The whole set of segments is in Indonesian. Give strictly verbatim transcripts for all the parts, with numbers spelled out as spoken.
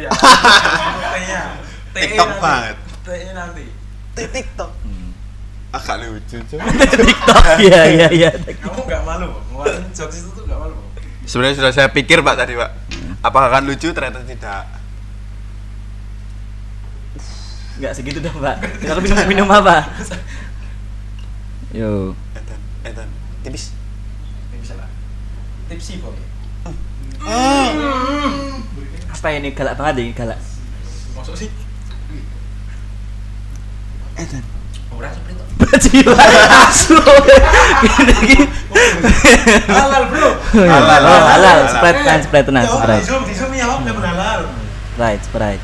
nanti ya. T-nya. TikTok banget. T-nya nanti. TikTok. Agak lucu cuy. TikTok. Iya iya iya. Kamu enggak malu, ngeluarin jokes itu tuh enggak malu. Sebenarnya sudah saya pikir Pak tadi Pak. Apakah akan lucu? Ternyata tidak. Enggak segitu dong, Pak. Kita minum minum apa? Yo. Edan, edan. Tipis. Bisa lah. Tipsi kok. Apa ini galak banget ini galak. Masuk sih. Edan. Ora seperti itu. Jiwa asu. Gini. Halal, Bro. Halal, Oh, halal. halal. Sprite kan sprite tenang, Oh, sprite. di Zoom, di Zoom ya, Om, yang halal. Sprite, sprite.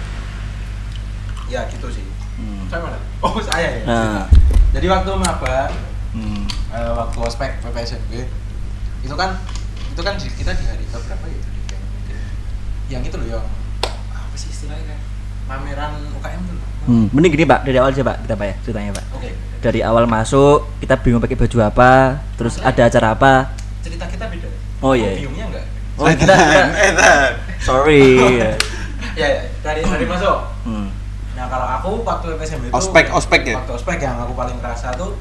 Ya gitu sih. Hmm. Saya mana? Oh, saya ya. Nah. Jadi waktu maba, Hmm. eh, waktu ospek P P S M B, itu kan itu kan di- kita di hari ke berapa gitu di yang, yang itu loh yang apa sih istilahnya kan pameran U K M tuh. Hmm, mending gini Pak, dari awal aja Pak, kita Pak ya, ceritanya Pak. Oke. Dari awal masuk, kita bingung pakai baju apa, terus ada acara apa. Cerita kita beda. Oh, iya. Kamu bingungnya enggak? Oh, kita, kita Edan. sorry. Ya, ya, dari dari masuk. Hmm. Nah, kalau aku waktu P P S M B itu Ospek, ospek ya? Waktu ospek yang aku paling kerasa tuh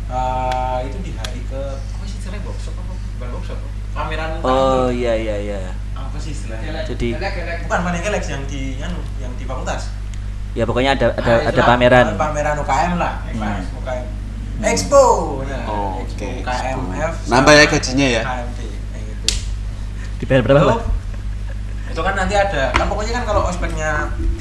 eh, itu di hari ke apa sih istilahnya workshop apa? Bukan workshop. Pameran U K M Oh, tuh. iya iya iya. Apa sih istilahnya? Jadi- bukan pameran Galax yang di anu, yang di fakultas. Ya pokoknya ada ada Ah, ada itulah, pameran. pameran U K M lah, Hmm. U K M. Expo. Nah, Oh, Expo oke, U K M F. Expo. Nambah ya gajinya ya? K M P, kayak gitu. Dibayar berapa Itu, Pak? itu kan nanti ada, kan pokoknya kan kalau ospeknya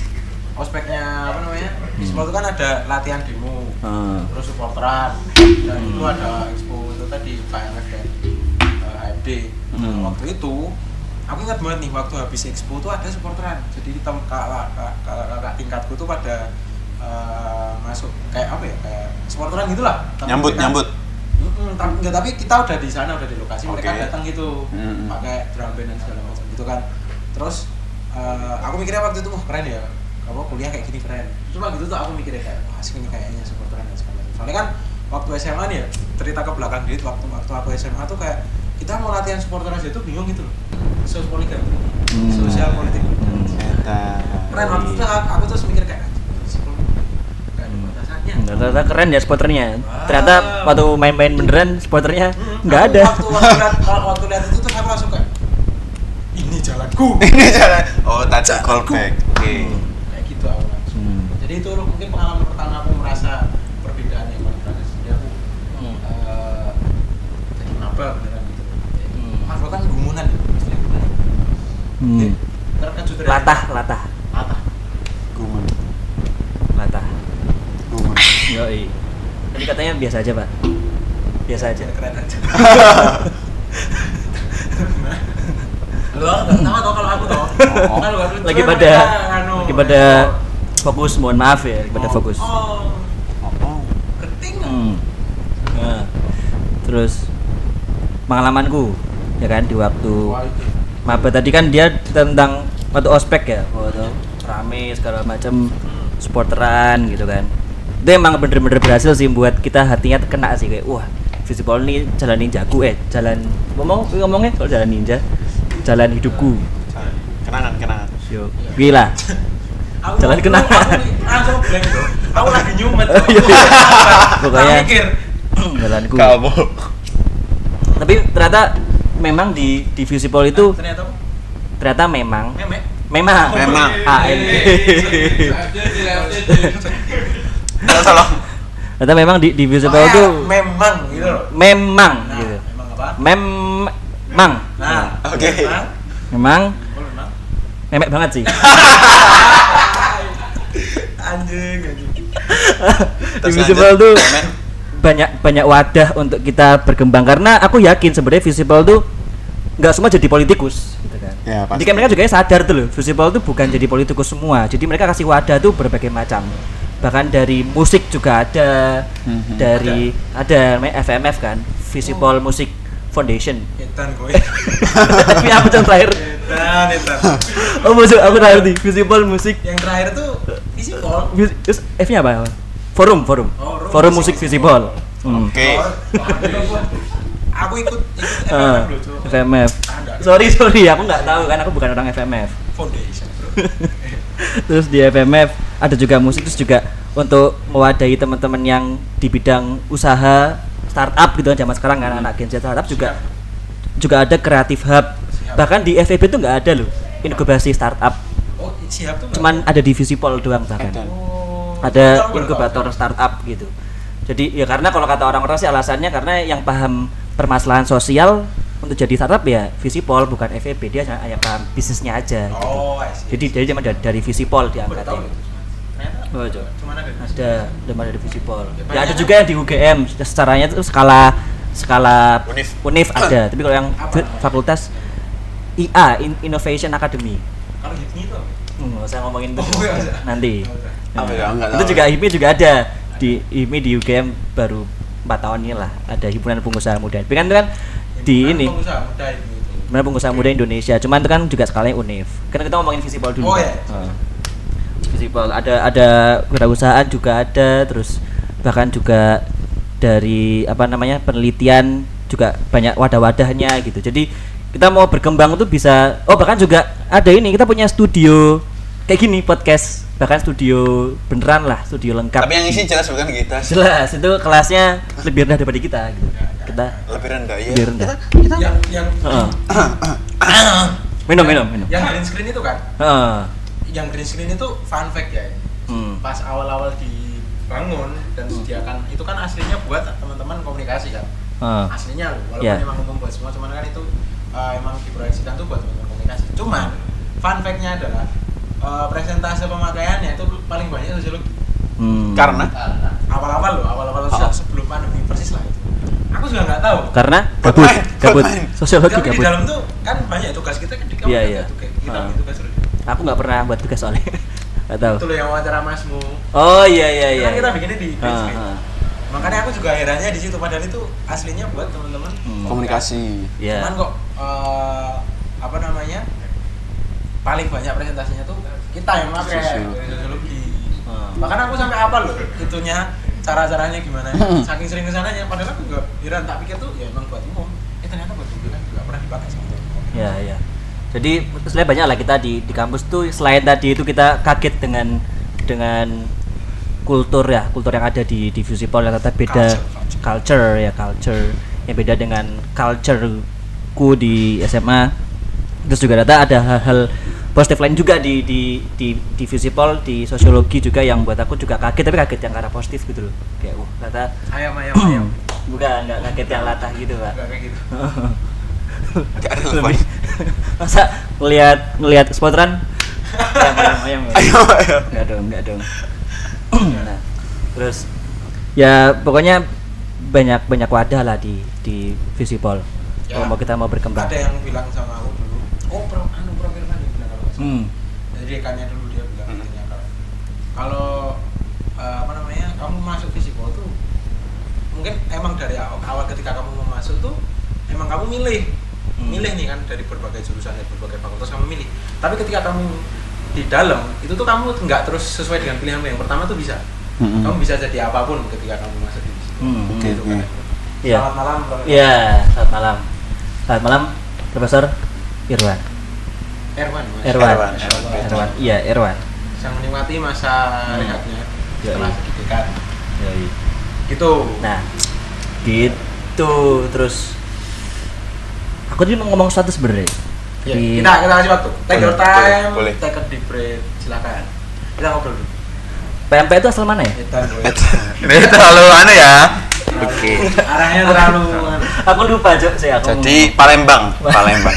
ospeknya apa namanya? Di Hmm. sekolah itu kan ada latihan demo, Hmm. terus supporteran, dan Hmm. itu ada expo itu tadi U K M F dan uh, A M D. Nah, Hmm. waktu itu aku ingat banget nih waktu habis expo tuh ada supporteran. Jadi di tem- kakak kakak kakak tingkatku tuh pada uh, masuk kayak apa ya? Kayak supporteran gitulah. Tapi Nyambut, mereka- nyambut. Mm-mm, tapi enggak, tapi kita udah di sana, udah di lokasi, mereka Oke. datang gitu, Mm-mm. pakai drum band dan segala macam gitu kan. Terus uh, aku mikirnya waktu itu, wah keren ya, apa kuliah kayak gini keren. Cuma gitu tuh aku mikirnya kayak, wah asik ini kayaknya supporteran dan segala macam. Soalnya kan waktu S M A nih ya, cerita ke belakang dikit, waktu waktu aku S M A tuh kayak kita mau latihan supporter aja tuh bingung gitu loh. Sosial politik, Hmm. sosial politik. Hmm. Edan. Keren waktu itu aku, aku terus mikir kayak, sosial politik, kayak ada batasannya. Hmm, Ternyata keren ya supporternya. Ternyata waktu main-main beneran supporternya Hmm, nggak aku ada. Waktu waktu lihat kalau waktu lihat itu tuh aku langsung kayak ini jalanku. Ini jalan. Oh, tadi callback. Oke. Kayak gitu aku langsung. Hmm. Jadi itu mungkin pengalaman pertama aku merasa perbedaan yang paling berasa. Jadi aku Hmm. eh, jadi maba beneran gitu. Hmm. Maba kan gumunan ya. istilahnya gumunan. Hmm. Eh, terkejut dari- Latah, latah, Latah. Gumun. latah. Gumun. Yoi. Tadi katanya biasa aja Pak. Biasa aja. Keren aja. Lo enggak sama tau kalau aku tau. Kan lu harus- Lagi cuma pada mereka, anu, lagi pada fokus, mohon maaf ya, lagi pada Oh, fokus. Oh, Oh, oh. keting. Hmm. Nah, terus pengalamanku ya kan di waktu Wah, itu. maba tadi kan dia tentang waktu ospek ya, waktu rame segala macam supporteran gitu kan. Itu emang bener-bener berhasil sih buat kita hatinya kena sih kayak wah Visipol nih jalan ninjaku eh jalan ngomong ngomongnya kalau jalan ninja jalan hidupku. Kenangan, kenangan. Yo, gila. Aku Jalan aku- kenangan. aku nih, langsung blank bro. Aku lagi nyumet. Oh, iya, iya. Pokoknya- Tak mikir. Jalanku. Kamu. Tapi ternyata memang di di Visipol itu Ternyata apa? ternyata memang Memek. memang Memang. A N G. Enggak salah. Ternyata memang di di Visipol itu memang gitu loh. memang Nah, gitu. memang apa? Memang. Nah, Oke. memang. Memang Oh, memang. memek banget sih. Anjing, anjing. Di Terus Visipol lanjut. tuh Men. banyak banyak wadah untuk kita berkembang karena aku yakin sebenarnya Visipol tuh nggak semua jadi politikus gitu kan. Ya, pasti. Jadi kan mereka juga sadar tuh loh, Visipol tuh bukan jadi politikus semua. Jadi mereka kasih wadah tuh berbagai macam. Bahkan dari musik juga ada, Mhm. dari ada namanya F M F kan, Visipol Music Foundation. Edan kowe. Tapi apa yang terakhir? Edan, edan. Oh maksud aku terakhir nih, Visipol Music. Yang terakhir tuh Visipol. Vis- terus F-nya apa? Forum, forum. Oh, Forum Forum Musik Musik Visipol. Hmm. Oke. Aku ikut ikut Ah, F M F loh, Cuk. F M F. Ada. Sorry sorry, aku nggak tahu kan, aku bukan orang F M F. Foundation, bro. Terus di F M F ada juga musik, terus juga untuk mewadahi teman-teman yang di bidang usaha startup gitu kan zaman sekarang kan anak Gen Z startup juga juga ada Creative Hub. Bahkan di F E B itu nggak ada loh inkubasi startup. Oh, siap tuh. Cuman ada di Visipol doang bahkan. Oh, Ada inkubator startup gitu. Jadi ya karena kalau kata orang-orang sih alasannya karena yang paham permasalahan sosial untuk jadi startup ya Visipol bukan F E B, dia hanya paham bisnisnya aja gitu. Oh, I see. Jadi jadi cuma dari, dari Visipol diangkatnya. Tahu gitu. Ternyata Oh, coba. cuman ada. Ada, cuma dari Visipol. Ya, Ya ada banyak juga yang di U G M, secaranya itu skala skala Unif. Unif ada, tapi kalau yang Apa? fi- fakultas I A In- Innovation Academy. Kalau H I P M I itu apa? Hmm, nggak usah ngomongin itu Oh, iya, iya. nanti. Oh, Apa ya? Enggak Itu tahu. juga I P M I juga ada di I P M I di U G M baru empat tahun ini lah, ada himpunan pengusaha muda. Tapi kan itu kan di Himpunan ini pengusaha muda itu. himpunan pengusaha muda Indonesia. Cuman itu kan juga skalanya Unif. Karena kita ngomongin Visipol dulu. Oh, kan? iya. Heeh. Visipol ada ada kewirausahaan juga ada, terus bahkan juga dari apa namanya penelitian juga banyak wadah-wadahnya gitu. Jadi kita mau berkembang tuh bisa. Oh bahkan juga ada ini kita punya studio kayak gini podcast, bahkan studio beneran lah, studio lengkap. Tapi yang isi jelas bukan kita. Jelas itu kelasnya lebih rendah daripada kita gitu. Kita Lebih rendah ya. lebih rendah. Yang yang Heeh. minum minum minum. yang green screen itu kan? Heeh. Yang green screen itu fun fact ya. Hmm. Pas awal-awal dibangun dan disediakan itu kan aslinya buat teman-teman komunikasi kan. Heeh. Aslinya loh, walaupun Yeah. emang umum buat semua, cuman kan itu uh, emang diproyeksikan tuh buat teman-teman komunikasi. Cuman fun fact-nya adalah uh, presentase pemakaiannya itu paling banyak sosiologi. Hmm. Karena Awal-awal loh, awal-awal Oh. sebelum pandemi persis lah itu. Aku juga nggak tahu. Karena Buat gabut, main, gabut, buat main. sosiologi Tapi di gabut. dalam tuh kan banyak tugas kita kan di kampus Iya, kan iya. tugas kita Ah. tugas terus. Aku nggak pernah buat tugas soalnya. Nggak tahu. Itu loh yang wawancara Masmu. Oh iya iya Itu iya. kan kita bikinnya di green Ah, screen. ah. Makanya aku juga herannya di situ padahal itu aslinya buat teman-teman Hmm. komunikasi. Iya. Cuman kok eh, apa namanya? Paling banyak presentasinya tuh kita yang pakai Sosiologi. sosiologi. Ah. Bahkan aku sampai apa loh itunya cara-caranya gimana. Saking sering kesananya padahal aku juga heran tak pikir tuh ya emang buat umum. Eh ternyata buat umum kan juga pernah dipakai sama teman. Iya iya. Jadi sebenarnya banyak lah kita di di kampus tuh selain tadi itu kita kaget dengan dengan kultur ya kultur yang ada di di Visipol yang ternyata beda Culture, culture. culture ya culture yang beda dengan cultureku di S M A. Terus juga ternyata ada hal-hal positif lain juga di di di di Visipol di sosiologi juga yang buat aku juga kaget, tapi kaget yang karena positif gitu loh, kayak wah ternyata Ayam ayam ayam. bukan nggak kaget yang latah gitu pak. Enggak kayak gitu. Gak ada Lebih lebih. masa ngelihat ngelihat sponsoran ayam ayam ayam ya? Ayo ayo. Enggak dong, enggak dong. Nah, terus ya pokoknya banyak banyak wadah lah di di Visipol. Ya. Kalau mau kita mau berkembang. Ada yang bilang sama aku dulu, oh pro anu profil kan dia bilang kalau nggak salah. Hmm. Jadi rekannya dulu dia bilang Hmm. katanya kalau kalau eh, apa namanya kamu masuk Visipol tuh mungkin emang dari awal, awal ketika kamu mau masuk tuh emang kamu milih Hmm. milih nih kan dari berbagai jurusan dari berbagai fakultas kamu milih. Tapi ketika kamu di dalam itu tuh kamu nggak terus sesuai dengan pilihanmu yang pertama tuh bisa. Mm-mm. Kamu bisa jadi apapun ketika kamu masuk di situ. Hmm. Oke, Gitu oke. kan. Iya. Selamat malam. Bro. Iya, selamat malam. Selamat malam, Profesor Irwan. Erwan. Mas. Erwan. Erwan, Erwan. Erwan. Iya, Erwan. Yang menikmati masa Hmm. rehatnya Ya, setelah iya. pendidikan. Yoi. Gitu. Nah, gitu terus aku tadi mau ngomong sesuatu sebenarnya. Ya, Di- kita kita kasih waktu. Take your Boleh, time. boleh. Take a deep breath. Silakan. Kita ngobrol dulu. P M P itu asal mana ya? Edan, bro. Ini terlalu aneh ya. Oke. Arahnya terlalu. Aku lupa, Jok. Saya aku Jadi Palembang, Palembang.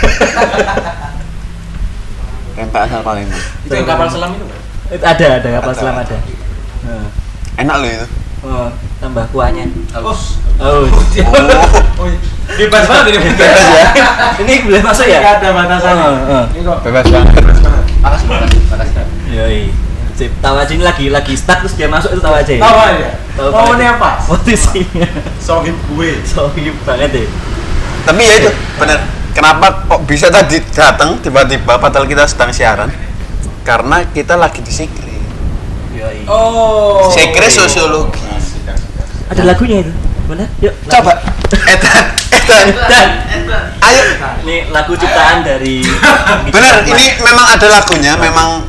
Tempe asal Palembang. Itu yang kapal selam itu kan? Itu ada, ada kapal Ada. selam ada. Nah. Enak loh itu. Oh, tambah kuahnya. Oh. Oh. Oh, iya. Bebas banget ini bebas ya. Ini boleh masuk ya? Nggak ada batasannya. Oh, oh. Ini kok. Bebas banget. Bebas banget. Panas banget. Panas banget. Yoi. Sip, tahu aja ini lagi lagi stuck terus dia masuk itu tahu aja. Tahu aja. Tahu Mau banget. ini apa? Posisinya. Sohib gue. Sohib banget deh. Tapi ya itu benar. Kenapa kok bisa tadi datang tiba-tiba padahal kita sedang siaran? Karena kita lagi di Sekre. Yoi. Oh. Sekre sosiologi. Ada lagunya itu. Mana? Yuk. Coba. Edan, Edan. Dan Ayo. ini lagu ciptaan dari Benar, ini memang ada lagunya, memang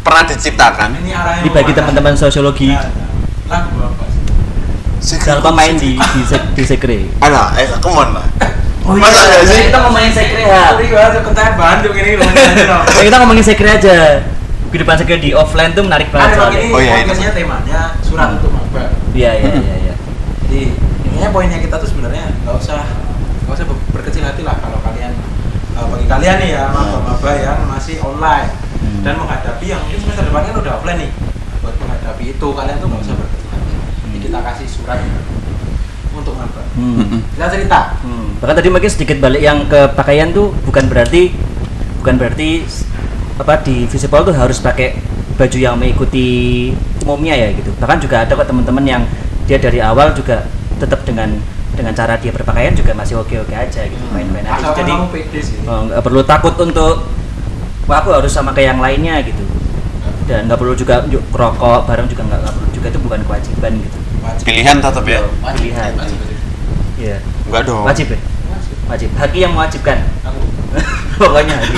pernah diciptakan. Ini arahnya Ini bagi kemana? teman-teman sosiologi. Nah, nah. Lagu apa sih? Jangan lupa main di di, sek- di sekre. Alah, eh come on lah. Oh Masa nggak sih? Kita ngomongin sekre ya. Sorry banget, ketahuan Bandung ini lumayan aja dong. Ya, kita ngomongin sekre aja. Kehidupan sekre di offline tuh menarik Kan banget emang soalnya. ini Oh, iya, podcastnya temanya surat untuk maba. Iya iya iya iya. Jadi intinya poinnya kita tuh sebenarnya nggak usah nggak usah ber- berkecil hati lah kalau kalian uh, bagi kalian nih ya maba-maba yang masih online Hmm. dan menghadapi yang mungkin semester depan kan udah offline nih. Buat menghadapi itu kalian tuh nggak usah berkecil hati. Jadi kita kasih surat untuk maba. Hmm. Kita cerita. Hmm. Bahkan tadi mungkin sedikit balik yang ke pakaian tuh bukan berarti bukan berarti apa di visible tuh harus pakai baju yang mengikuti umumnya ya gitu. Bahkan juga ada kok teman-teman yang dia dari awal juga tetap dengan dengan cara dia berpakaian juga masih oke-oke aja gitu, main-main aja. Asalkan Jadi kamu pede sih. oh, nggak perlu takut untuk wah aku harus sama kayak yang lainnya gitu. Dan nggak perlu juga yuk, rokok bareng juga nggak nggak perlu juga, itu bukan kewajiban gitu. Wajib. Pilihan tetap ya. Pilihan. Wajib, wajib. Iya. Enggak dong. Wajib ya? Wajib. Wajib. Haki yang mewajibkan. Aku. Pokoknya Haki.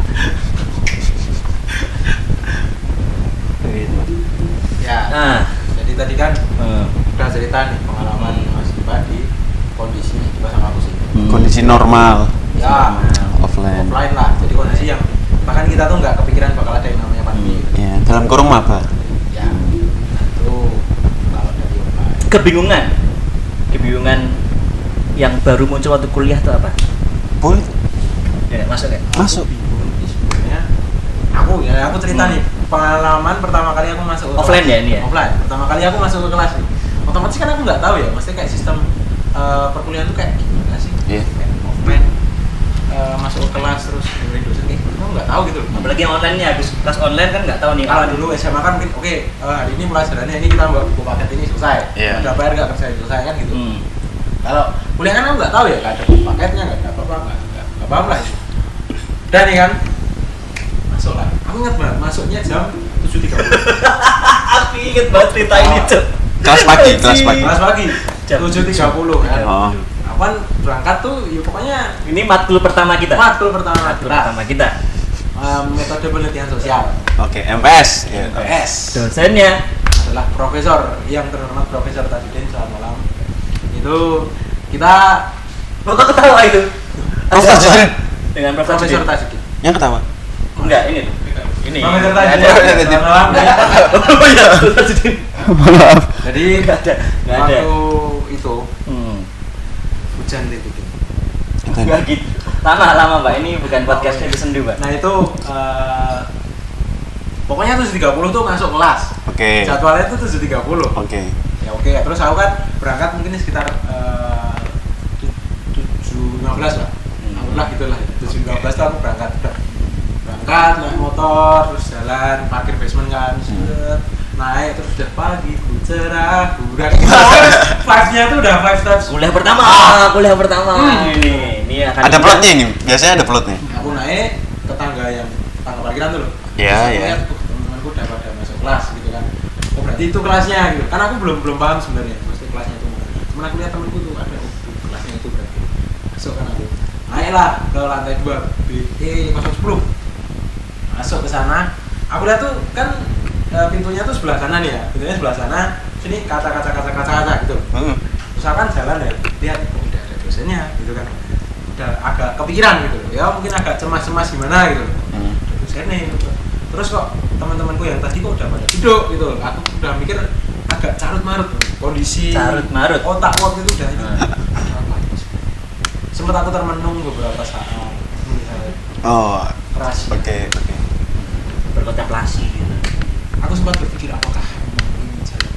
Gitu. Ya. Nah, Jadi tadi kan eh, udah cerita nih pengalaman Mas Dipa di kondisi Dipa sama aku sih. hmm. Kondisi normal Ya, offline. offline lah. Jadi kondisi yang bahkan kita tuh nggak kepikiran bakal ada yang namanya pandemi. Hmm. gitu. Ya, dalam kurung maba. Ya, itu kalau dari offline. Kebingungan. Kebingungan yang baru muncul waktu kuliah tuh apa? Boleh. Ya, masuk ya? Masuk. Aku bingung sih sebenarnya. Aku ya aku cerita Hmm. nih pengalaman pertama kali aku masuk ke Offline kelas. ya ini ya? Offline. Pertama kali aku masuk ke kelas nih. Otomatis kan aku nggak tahu ya, maksudnya kayak sistem eh, perkuliahan tuh kayak gimana sih? Iya. Kayak offline eh, masuk ke kelas terus dengerin dosen kayak gitu, aku nggak tahu gitu loh. Apalagi yang online nya, habis kelas online kan nggak tahu nih. Kalau dulu S M A kan mungkin oke eh, hari ini mulai jalannya ini kita buat buku paket ini selesai. Iya. Udah bayar nggak kerja selesai kan gitu. Hmm. Kalau kuliah kan aku nggak tahu ya, nggak ada buku paketnya, nggak ada apa-apa, nggak nggak nggak paham lah itu. Dan nih kan masuk lah. Aku ingat banget masuknya jam tujuh tiga puluh. Aku inget banget cerita ini tuh. Kelas pagi, kelas pagi. Kelas pagi Jam tujuh tiga puluh kan. Oh. Aku kan berangkat tuh ya pokoknya Ini matkul pertama kita. matkul pertama Matkul kita. pertama kita. Eh, metode penelitian sosial. Oke, M P S. Ya. M P S. Dosennya Adalah profesor yang terhormat Profesor Tajudin, selamat malam. Itu kita kok ketawa itu? Prof Tajudin. Dengan Prof Profesor Tajudin. Tajudin. Yang ketawa. Enggak, ini tuh. Ini. Profesor Nggak Tajudin. ada. Selamat malam. Oh iya, Prof Tajudin. Maaf. Jadi Nggak ada. Nggak ada. waktu itu Hmm. hujan titik. Enggak gitu. Lama lama Mbak, ini bukan podcastnya disendu Mbak. Nah itu eh, pokoknya tujuh tiga puluh tuh masuk kelas. Oke. Jadwalnya tuh tujuh tiga puluh. Oke. Ya oke, terus aku kan berangkat mungkin sekitar eh, tujuh lima belas lah. Hmm. Anggaplah gitu lah. tujuh lima belas tuh aku berangkat. Udah. Berangkat naik motor, terus jalan parkir basement kan. Set, naik terus udah pagi, ku cerah, udah vibes-nya tuh udah vibes touch. Kuliah pertama, kuliah pertama. Hmm. Ini, ini akan Ada plotnya ini. Biasanya ada plotnya. Aku naik ke tangga yang tangga parkiran tuh loh. Iya, Terus aku iya. lihat, "Oh, teman-temanku udah pada masuk kelas gitu kan. Oh berarti itu kelasnya gitu. Karena aku belum belum paham sebenarnya pasti kelasnya itu mana. Cuman aku lihat temanku tuh ada oh, tuh, kelasnya itu berarti. Masuk kan aku. Naiklah ke lantai dua B E nol sepuluh. Masuk ke sana. Aku lihat tuh kan eh, pintunya tuh sebelah kanan ya. Pintunya sebelah sana. Sini kaca kaca kaca kaca kaca gitu. Hmm. Terus aku kan jalan ya, lihat oh, udah ada dosennya gitu kan. Udah agak kepikiran gitu loh. Ya mungkin agak cemas-cemas gimana gitu loh. Hmm. Dosennya gitu. Terus kok teman-temanku yang tadi kok udah pada duduk gitu loh. Aku udah mikir agak carut marut kondisi Carut marut. otak waktu itu udah ini. Hmm. Sempat aku termenung beberapa saat melihat Oh. kerasnya. Oke, oke. berkontemplasi gitu. Aku sempat berpikir apakah ini jalan.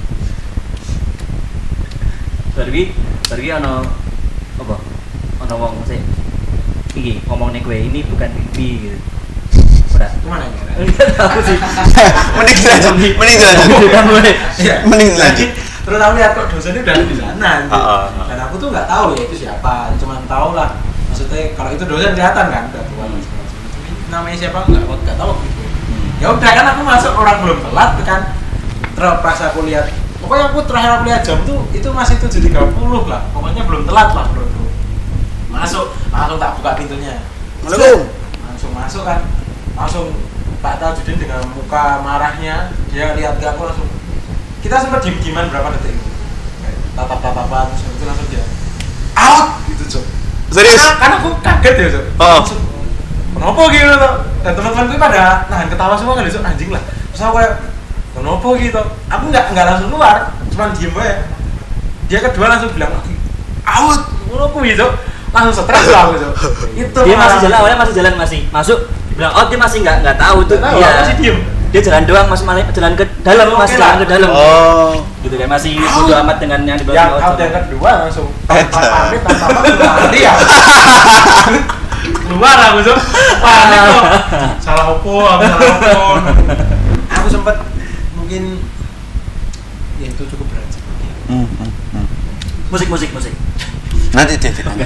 Barwi, barwi ono apa? Ono wong sih. Iki ngomong nih gue ini bukan mimpi gitu. Ora. Kemana ini? Enggak tahu sih. Mending dilanjut. Mending dilanjut. Bukan gue. Iya. Mending dilanjut. Terus aku lihat kok dosennya udah di sana gitu. Ah, ah, ah. Dan aku tuh nggak tahu ya itu siapa, cuma tahu lah. Maksudnya kalau itu dosen kelihatan kan, udah tua dan segala macam. Tapi namanya siapa nggak nggak tahu gitu. Ya udah kan aku masuk orang belum telat kan. Terus aku lihat, pokoknya aku terakhir aku lihat jam tuh itu masih tujuh tiga puluh lah. Pokoknya belum telat lah bro. Masuk, langsung tak buka pintunya. Assalamualaikum. Langsung masuk kan, langsung Pak Tajudin dengan muka marahnya dia lihat ke aku langsung kita sempat diem-dieman berapa detik tatap-tatapan terus itu langsung dia out gitu Cok. Serius? Karena, karena aku kaget ya Cok. Oh. Langsung, kenapa gitu Cok? Dan teman-teman gue pada nahan ketawa semua kan Cok, anjing lah. Terus aku kayak kenapa gitu? Aku nggak nggak langsung keluar, cuman diem aja. Dia kedua langsung bilang lagi out, kenapa gitu? Langsung stres lah aku Cok. Itu Dia masih malah- jalan, awalnya masih jalan masih masuk, bilang out dia masih nggak nggak tahu tuh Nggak tahu, dia masih diem. dia jalan doang masih malah jalan ke dalam Oke masih lah. jalan ke dalam Oh. gitu kan masih bodo amat dengan yang di yang belakang out yang kedua langsung Edan. tanpa pamit tanpa apa lari ya keluar aku tuh panik kok salah opo aku salah opo aku sempet mungkin ya itu cukup berat sih. Hmm, hmm, hmm. musik musik musik Nanti dia ditanya.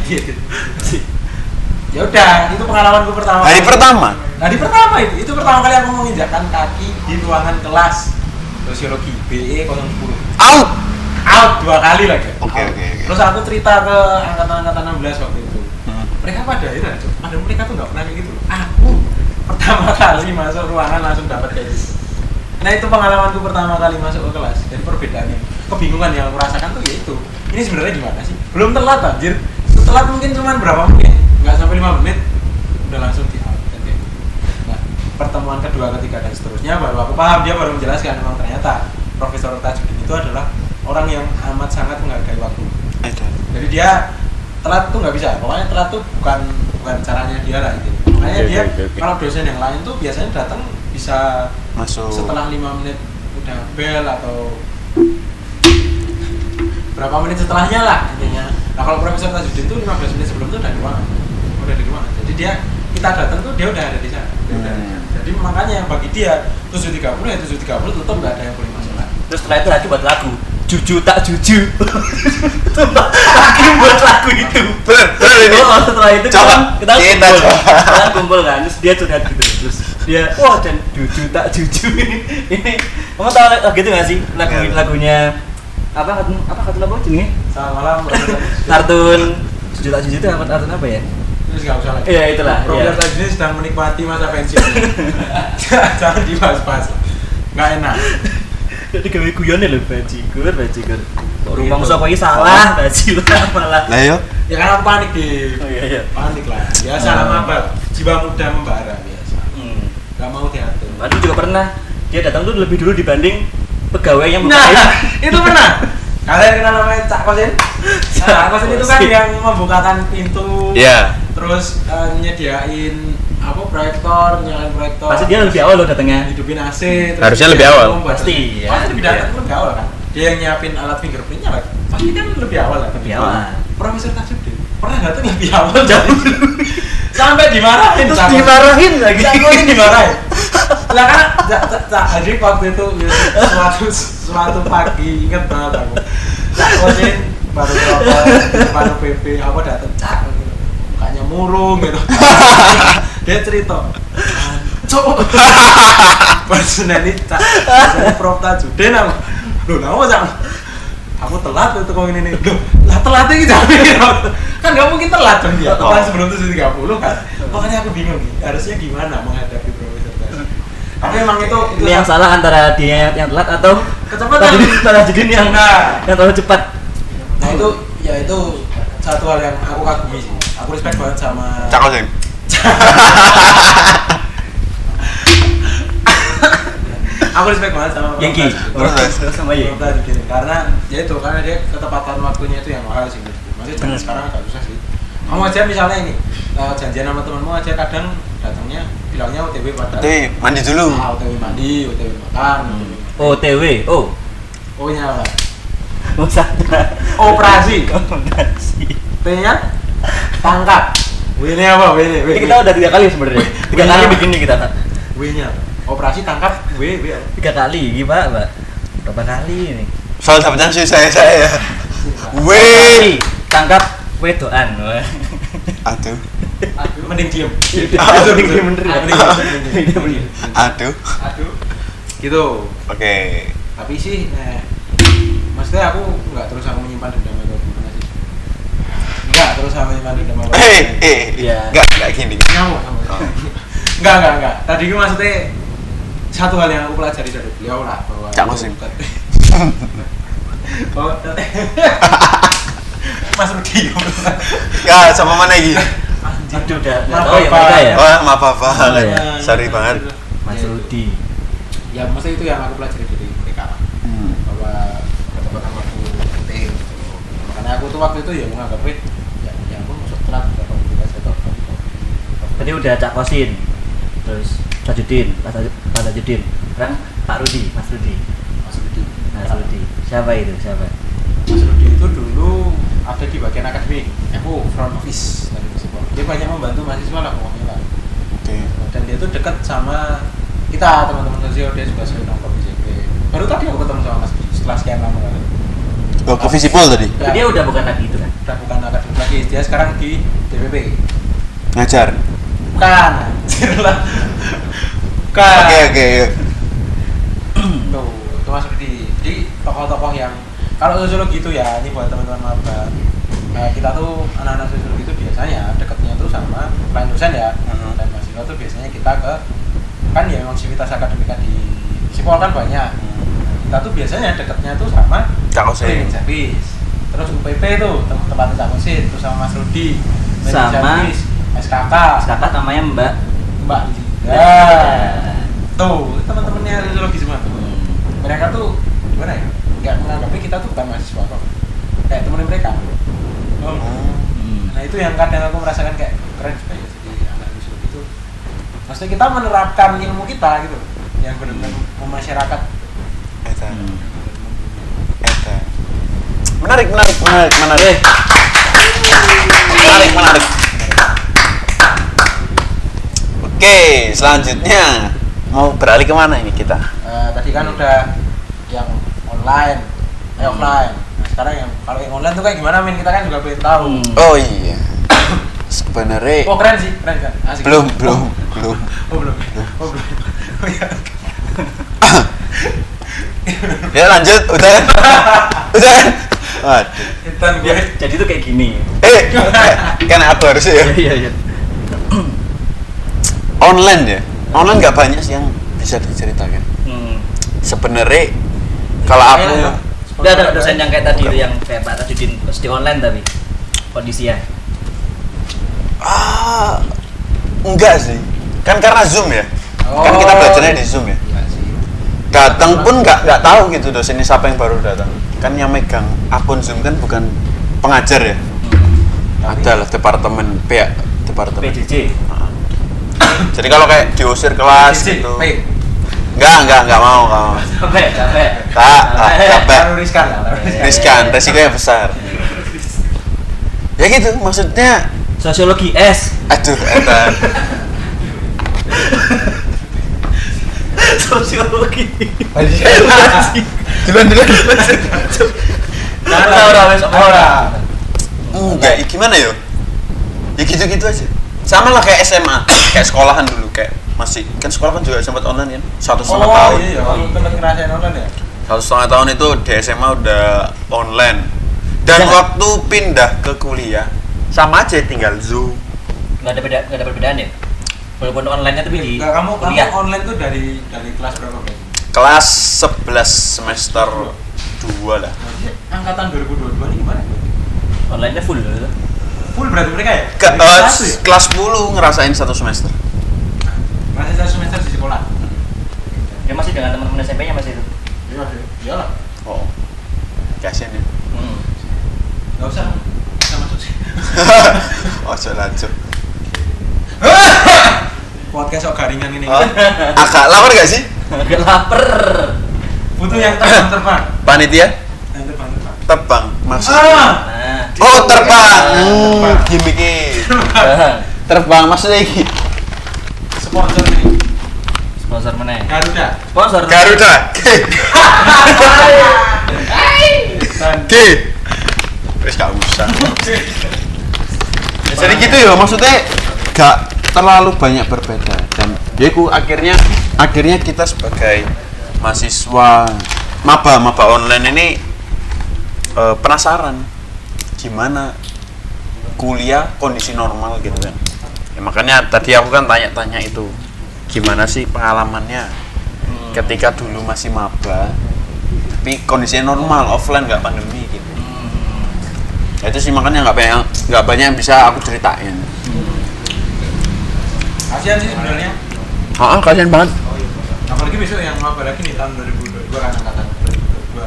Ya udah itu pengalamanku pertama Hari pertama. hari pertama itu itu pertama kali aku menginjakkan kaki di ruangan kelas sosiologi B E nol sepuluh Out. out dua kali lagi Oke, Out. oke, oke. Terus aku cerita ke angkatan-angkatan enam belas waktu itu Hmm. mereka pada akhirnya Cok, pada mereka tuh nggak pernah kayak gitu aku pertama kali masuk ruangan langsung dapat kayak gitu nah itu pengalamanku pertama kali masuk ke kelas dan perbedaannya kebingungan yang aku rasakan tuh ya itu ini sebenarnya gimana sih belum telat anjir telat mungkin cuma berapa menit nggak sampai lima menit udah langsung di out kan ya. Nah pertemuan kedua ketiga dan seterusnya baru aku paham dia baru menjelaskan memang ternyata Profesor Tajudin itu adalah orang yang amat sangat menghargai waktu Edan. jadi dia telat tuh nggak bisa pokoknya telat tuh bukan bukan caranya dia lah itu makanya Oke, dia oke, oke. kalau dosen yang lain tuh biasanya datang bisa Masuk. setelah lima menit udah bel atau berapa menit setelahnya lah intinya nah kalau Profesor Tajudin tuh lima belas menit sebelum itu udah di ruangan udah di ruangan jadi dia kita datang tuh dia udah ada di sana dia udah ada di sana. Hmm. Jadi makanya bagi dia tujuh tiga puluh ya tujuh tiga puluh tutup nggak ada yang boleh masuk lagi terus setelah itu lagi buat lagu juju tak juju lagi buat lagu itu Bener, bener ini. oh, setelah itu Coba, kita kita kumpul coba. kita kumpul kan terus dia curhat gitu terus dia wah dan juju tak juju ini ini kamu tahu lagu itu nggak sih lagu Nggak. lagunya apa kartun apa kartun apa jenisnya selamat malam kartun juju tak juju itu apa kartun apa ya terus nggak usah lagi iya itulah Profesor iya. Tajudin sedang menikmati masa pensiun jangan dibahas-bahas nggak enak Jadi gawe guyone lho bajigur, bajigur. Kok Gitu. rumong sapa iki salah, bajilah malah. Lah yo. ya kan aku panik di Oh iya iya. panik lah biasa lah maba jiwa muda membara biasa Hmm. nggak mau diatur Aku juga pernah dia datang tuh lebih dulu dibanding pegawai yang nah bukain. itu pernah kalian kenal namanya Cak Kosin nah, Cak Kosin itu kan Kosin. yang membukakan pintu Iya. terus eh, nyediain apa proyektor nyalain proyektor Pasti dia lebih awal loh datangnya. hidupin A C terus Harusnya dia lebih awal. membuat- Pasti, ya. pasti lebih datang Iya. lebih awal kan dia yang nyiapin alat fingerprintnya lah pasti kan lebih awal lah Lebih awal. Profesor Tajudin pernah datang lebih awal jauh sampai dimarahin Terus Cak Kosin. dimarahin lagi. Cak Kosin dimarahin lah kan Cak Cak- Cak Haji waktu itu ya, suatu suatu pagi inget banget aku Cak Kosin baru rokok baru P P apa datang Cak gitu. Mukanya murung gitu dia cerita cok personel ini Cak personel Prof Tajudin aku loh nama Cak aku telat itu kok ini nih loh lah telat ini jangan kan nggak mungkin telat dong dia telat sebelum tujuh tiga puluh kan makanya aku bingung nih harusnya gimana menghadapi Profesor Tajudin tapi emang itu itu Ini yang salah antara dia yang telat atau Kecepatan. Tajudin Tajudin yang Nah. yang terlalu cepat. nah itu ya itu satu hal yang aku kagumi sih aku respect banget sama Cak Kosin. aku respect banget sama Prof Yengki. Tajudin. Terus, Sama Prof Yengki. Tajudin. karena ya itu karena dia ketepatan waktunya itu yang mahal sih menurutku. Maksudnya zaman Hmm. sekarang agak susah sih kamu aja misalnya ini eh, janjian sama temanmu aja kadang datangnya bilangnya O T W padahal Tapi mandi dulu. ah, O T W mandi, O T W makan, O T W. Oh. O nya apa? Oh sana. Operasi, Operasi. T nya tangkap, W nya apa? W nya W Ini kita udah tiga kali sebenarnya. Tiga kali bikin nih kita. W nya operasi tangkap W W apa? Tiga kali, gimana, Mbak? Berapa kali ini? Soal dapetan sih saya saya. Kali Weh. tangkap wedoan. Wah. Aduh. Aduh, mending diem. Aduh, mending diem bener ya? Mending diem, mending diem, mending diem. Aduh. Aduh, gitu. Oke. Tapi sih, eh, maksudnya aku nggak terus aku menyimpan dendam atau gimana sih? Nggak terus aku menyimpan dendam atau Eh, eh. Iya. Enggak, enggak gini. Nyamuk, nyamuk. Oh. Enggak, enggak, enggak. Tadi itu maksudnya satu hal yang aku pelajari dari beliau lah bahwa Cak Kosim. bahwa Mas Rudi. Ya, sama mana lagi? Aduh, udah nggak Maaf, tahu ya Pak. mereka ya. Oh, maaf apa? Oh, iya. Sorry banget. Mas Rudi. Ya, maksudnya itu yang aku pelajari dari mereka Hmm. bahwa ketepatan waktu penting. Makanya aku tuh waktu itu ya menganggapnya ya, ya aku masuk telat berapa menit aja toh. Tadi udah Cak Kosin, terus Tajudin, Pak Taj- Pak Tajudin, kan Pak Rudi, Mas Rudi, Mas Rudi. Mas Rudi. Siapa itu? Siapa? Mas Rudi itu dulu ada di bagian akademik. Aku front office dari Persipol. Dia banyak membantu mahasiswa lah pokoknya lah. Oke. Dan dia tuh dekat sama kita teman-teman sosial, dia juga sering nongkrong di C P. Baru tadi aku ketemu sama Mas Rudi setelah sekian lama kali. Oh, ke Visipol tadi? Tapi dia udah bukan lagi itu kan? Udah bukan akademik lagi, dia sekarang di D P P. Ngajar? Bukan, anjir lah. Bukan. Oke, oke. Tuh, itu Mas Rudi. Jadi tokoh-tokoh yang kalau sosiologi itu ya, ini buat teman-teman maba. Nah, kita tuh anak-anak sosiologi itu biasanya dekatnya tuh sama klien dosen ya. Hmm. Dan mahasiswa tuh biasanya kita ke kan ya memang sivitas akademika di Sipol kan banyak. Kita tuh biasanya dekatnya tuh sama Cak Kosim. cleaning service. Terus U P P tuh tem- tempatnya Cak Kosim, terus sama Mas Rudi. Cleaning Sama service, S K K, Kakak namanya Mbak. Mbak Linda. Tuh, teman-temannya sosiologi semua tuh. Mereka tuh gimana ya? Kayak menganggapnya kita tuh bukan mahasiswa kok. Kayak temen mereka. Oh. Hmm. Nah itu yang kadang aku merasakan kayak keren juga ya jadi anak sosiologi itu. Maksudnya kita menerapkan ilmu kita gitu, yang benar-benar memasyarakat. Eta. Hmm. Eta. Menarik, menarik, menarik, menarik. Menarik, menarik. Oke, selanjutnya mau beralih kemana ini kita? Eh, tadi kan udah yang online, eh offline. Nah sekarang yang kalau yang online tuh kayak gimana Min? Kita kan juga pengen tahu. Hmm. Oh iya. Sebenarnya Oh keren sih, keren kan? Asik. belum, Oh, belum, belum. Oh belum. Oh belum. Oh iya. Ya lanjut, udah kan? Udah kan? Waduh. Intan Ya, gue. jadi tuh kayak gini. Eh, kan aku harus ya. Iya iya. Online ya. Online nggak banyak sih yang bisa diceritakan. Hmm. Sebenarnya kalau aku Ayo, ayo. Udah ada dosen yang kayak tadi itu yang kayak Pak Tajudin terus di online tapi kondisinya. ah enggak sih. Kan karena Zoom ya. Kan Oh. kita belajarnya di Zoom ya. Iya sih. Datang pun nggak nggak tahu gitu dosennya siapa yang baru datang. Kan yang megang akun Zoom kan bukan pengajar ya. Hmm. Ada lah departemen pihak P departemen. J J. Ah. Jadi kalau kayak diusir kelas Isi, gitu. P. Enggak, enggak, enggak mau, enggak mau. Capek, capek. Tak, ah, capek. Terlalu riskan lah. terlalu riskan. Riskan, resikonya besar. Ya gitu, maksudnya Sosiologi S. aduh, eta. Sosiologi. Duluan, duluan. Jangan Ora, ora, wes, ora. Enggak, ya gimana ya? Ya gitu-gitu aja. Sama lah kayak S M A, kayak sekolahan dulu kayak masih kan sekolah kan juga sempat online kan satu setengah Oh tahun. iya, aku tempat ngerasain online ya. Satu setengah tahun itu di S M A udah online. Dan Bisa. waktu pindah ke kuliah sama aja tinggal Zoom. Nggak ada beda, nggak ada perbedaan ya. Walaupun online-nya tapi di Enggak, kamu kamu kuliah. online tuh dari dari kelas berapa berarti? Kelas sebelas semester dua lah. Berarti angkatan dua ribu dua puluh dua ini gimana? Online-nya full gitu. Full berarti mereka ya? Ke, Dari eh, satu ya? kelas sepuluh ngerasain satu semester. Masih satu semester di sekolah. Ya masih dengan teman-teman S M P-nya masih itu. Iya masih. Iyalah. Oh. Kasian ya. Hmm. Enggak usah. Bisa masuk sih. Oh, lanjut. Podcast sok garingan ini. Oh, agak lapar gak sih? Agak lapar. Butuh yang terbang-terbang. Panitia Yang terbang-terbang. terbang maksud. Ah. Nah, Oh, terbang. Hmm, Terbang. gimmick. bang. Terbang maksudnya iki. Sponsor ini. Sponsor mana? Garuda. Sponsor. Garuda. Dan G. Wis gak usah. Ya, jadi gitu ya, maksudnya gak terlalu banyak berbeda dan ya ku akhirnya akhirnya kita sebagai mahasiswa maba maba online ini eh, penasaran gimana kuliah kondisi normal gitu kan. Ya, makanya tadi aku kan tanya-tanya itu gimana sih pengalamannya hmm. ketika dulu masih maba tapi kondisinya normal offline nggak pandemi gitu hmm. ya, itu sih makanya nggak banyak nggak banyak yang bisa aku ceritain hmm. kasihan sih sebenarnya ah kasihan banget oh, iya. Apalagi besok yang maba lagi nih tahun dua ribu dua puluh dua kan angkatan dua ribu dua puluh dua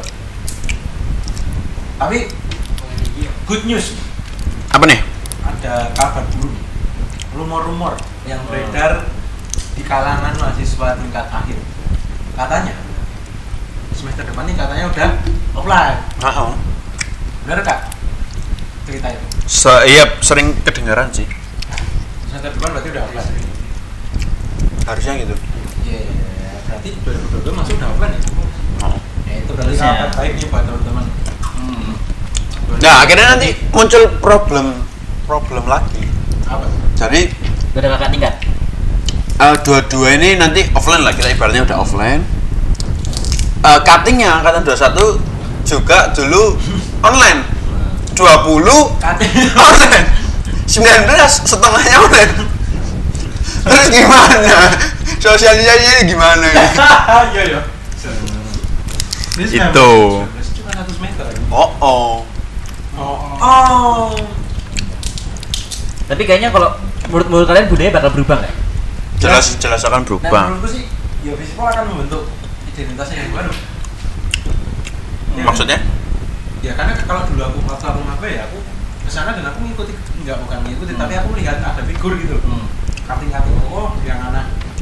tapi good news apa nih ada kabar buruk rumor-rumor yang beredar di kalangan mahasiswa tingkat akhir katanya semester depan nih katanya udah offline. Uh-huh. Bener kak ceritanya? Se- iya sering kedengaran sih. Semester depan berarti udah offline. Harusnya gitu. Iya, yeah, berarti dua ribu dua puluh dua masuk udah offline ya? Oh. Ya itu berarti sangat baik nih buat teman-teman. Hmm. Nah akhirnya nanti muncul problem problem lagi. Apa? Jadi udah kakak tingkat. Uh, dua-dua ini nanti offline lah, kita ibaratnya udah offline. Uh, cuttingnya angkatan dua puluh satu juga dulu online. dua puluh online. sembilan belas setengahnya online. Terus gimana? Sosialisasinya gimana ini? Iya ya. Itu. Cuma satu semester. Oh oh. Oh. Oh. Tapi kayaknya kalau menurut, menurut kalian budaya bakal berubah nggak? Jelas jelas akan berubah. Nah, menurutku sih, ya Visipol akan membentuk identitasnya yang baru. Ya, maksudnya? Ya karena kalau dulu aku waktu aku maba ya aku kesana dan aku mengikuti, enggak bukan mengikuti, hmm. tapi aku melihat ada figur gitu. Hmm. Kating-kating oh yang anak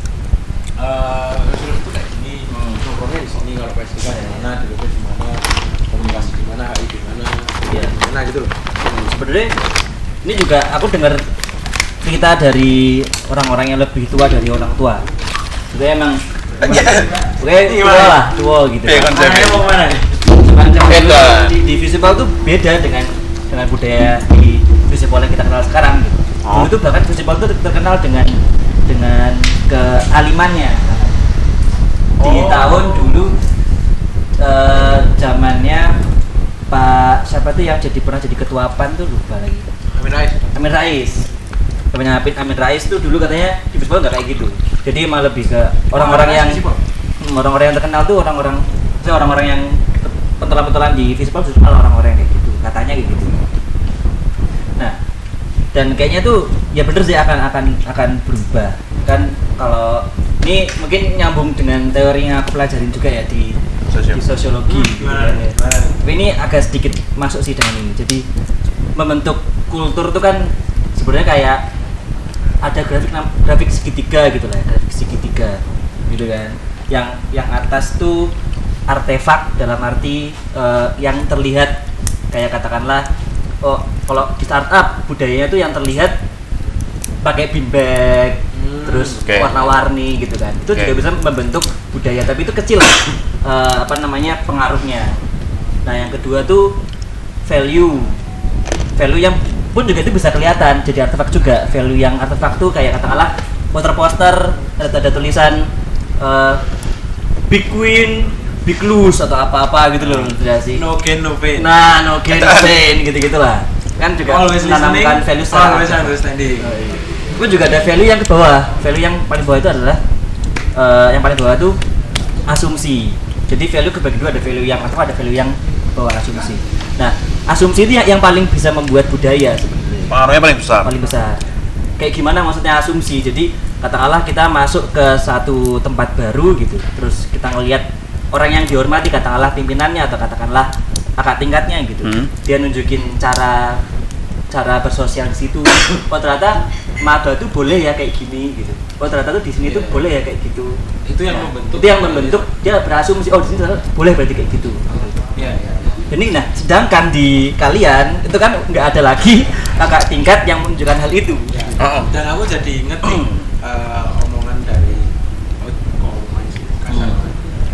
uh, Rasul itu kayak gini, nongkrongnya di sini, kalau P S tiga di mana, di D P di mana, komunikasi di mana, H I di mana, ya di mana gitu loh. Hmm. Sebenarnya ini juga aku dengar cerita dari orang-orang yang lebih tua dari orang tua. Jadi emang oke tua lah, tua gitu. Eh, konsepnya mau mana nih? Beda. Di, di Visipol tuh beda dengan dengan budaya di Visipol yang kita kenal sekarang. Gitu. Oh. Dulu tuh bahkan Visipol tuh terkenal dengan dengan kealimannya. Di oh. tahun dulu uh, zamannya Pak siapa tuh yang jadi pernah jadi ketua P A N tuh lupa lagi. Amin Rais. Amin Rais. Namanya Amin Rais tuh dulu katanya di Visipol nggak kayak gitu. Jadi emang lebih ke orang-orang yang hmm, orang-orang yang terkenal tuh orang-orang orang-orang yang pentolan-pentolan di Visipol justru malah orang-orang yang kayak gitu. Katanya kayak gitu. Nah, dan kayaknya tuh ya bener sih akan akan akan berubah. Kan kalau ini mungkin nyambung dengan teori yang aku pelajarin juga ya di Sosial. di sosiologi hmm, gitu kan ya. Tapi ini agak sedikit masuk sih dengan ini. Jadi membentuk kultur tuh kan sebenarnya kayak ada grafik grafik segitiga gitu lah, grafik segitiga gitu kan. Yang yang atas tuh artefak dalam arti uh, yang terlihat kayak katakanlah oh kalau di startup budayanya tuh yang terlihat pakai bean bag hmm, terus okay. warna-warni gitu kan. Itu okay. juga bisa membentuk budaya tapi itu kecil uh, apa namanya pengaruhnya. Nah, yang kedua tuh value. Value yang pun juga itu bisa kelihatan jadi artefak juga. Value yang artefak tuh kayak katakanlah poster-poster ada, ada tulisan uh, Big Win, Big Lose atau apa-apa gitu loh, tidak sih? No gain no pain. Nah, no gain no pain gitu-gitu lah. Kan juga menanamkan value secara always understanding. Oh, iya. Itu juga ada value yang ke bawah. Value yang paling bawah itu adalah uh, yang paling bawah itu asumsi. Jadi value kebagi dua, ada value yang atau ada value yang bawah asumsi. Nah, asumsi itu yang, yang paling bisa membuat budaya sebenarnya. Pengaruhnya paling besar. Paling besar. Kayak gimana maksudnya asumsi? Jadi katakanlah kita masuk ke satu tempat baru gitu, terus kita ngelihat orang yang dihormati, katakanlah pimpinannya atau katakanlah kakak tingkatnya gitu, hmm. dia nunjukin cara cara bersosial di situ. Oh ternyata maba tuh boleh ya kayak gini gitu. Oh ternyata tuh di sini yeah. tuh boleh ya kayak gitu. Itu yang nah, membentuk. Itu yang membentuk dia berasumsi oh di sini boleh berarti kayak gitu. Iya. Yeah, yeah. Jadi nah sedangkan di kalian itu kan nggak ada lagi kakak tingkat yang menunjukkan hal itu. Yeah. Uh-huh. Dan aku jadi inget nih uh, omongan dari oh, omongan sih kasar hmm.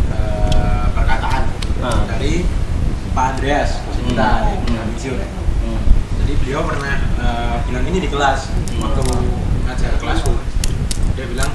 uh, perkataan uh. dari Pak Andreas kita hmm. di Amizio ya. Hmm. Jadi beliau pernah uh, bilang ini di kelas hmm. waktu ngajar kelasku. Dia bilang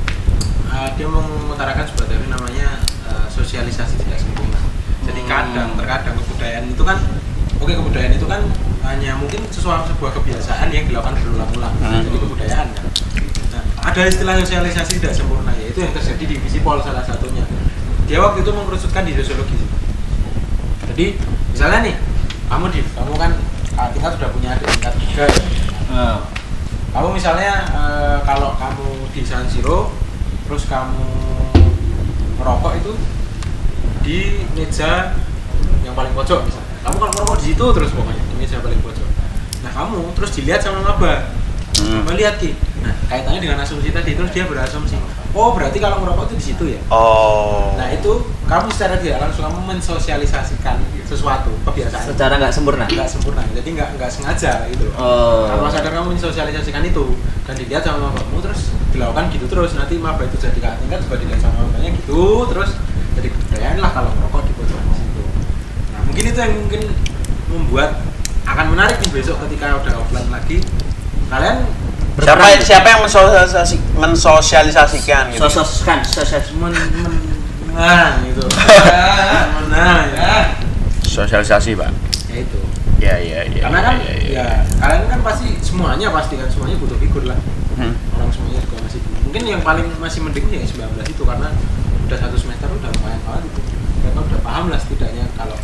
uh, dia mau mengutarakan sebuah teori namanya uh, sosialisasi tidak sempurna. Jadi kadang terkadang kebudayaan itu kan oke okay, kebudayaan itu kan hanya mungkin sesuatu sebuah kebiasaan yang dilakukan berulang-ulang. Hmm. Jadi kebudayaan kan. Nah, ada istilah sosialisasi tidak sempurna, yaitu yang terjadi di Visipol salah satunya. Dia waktu itu mengerucutkan di sosiologi. Jadi misalnya nih, kamu di, kamu kan kita sudah punya adik tingkat tiga ya. Uh. Kamu misalnya e, kalau kamu di San Siro, terus kamu merokok itu di meja yang paling pojok misalnya. Kamu kalau merokok di situ terus pokoknya di meja paling pojok. Nah kamu terus dilihat sama maba, hmm. melihat ki. Nah kaitannya dengan asumsi tadi, terus dia berasumsi, oh berarti kalau merokok itu di situ ya. Oh. Nah itu kamu secara tidak langsung kamu mensosialisasikan sesuatu kebiasaan. Secara nggak sempurna. Nggak sempurna, jadi nggak nggak sengaja gitu. Oh. Kalau sadar kamu mensosialisasikan itu dan dilihat sama mabamu terus dilakukan gitu terus, nanti maba itu jadi kakak tingkat juga dilihat sama mabanya gitu terus jadi kebudayaan lah kalau merokok di pojok di situ. Nah mungkin itu yang mungkin membuat akan menarik nih besok ketika udah offline lagi kalian siapa siapa yang mensosialisasi, mensosialisasikan gitu. Sosialisasikan, sosialisasikan. men, men, nah gitu. Nah ya. Sosialisasi, Pak. Ya itu. Ya ya ya. Karena kan ya, ya, ya, ya. kalian kan pasti semuanya pasti kan semuanya butuh figur lah. Hmm. Orang semuanya juga masih mungkin yang paling masih mending ya sembilan belas itu karena udah satu semester udah lumayan banget itu. Mereka udah paham lah setidaknya kalau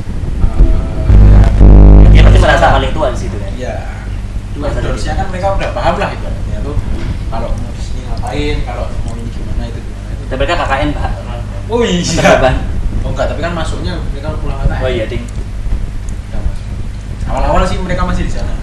uh, dia pasti merasa paling tua di situ kan. Ya. Dua harusnya kan mereka udah paham lah ibaratnya tuh kalau mau di sini ngapain, kalau mau ini gimana itu gimana itu. Tapi mereka K K N, Pak. Oh iya. Oh enggak, tapi kan masuknya mereka pulang K K N. Oh iya, Ding. Udah masuk. Awal-awal sih mereka masih di sana.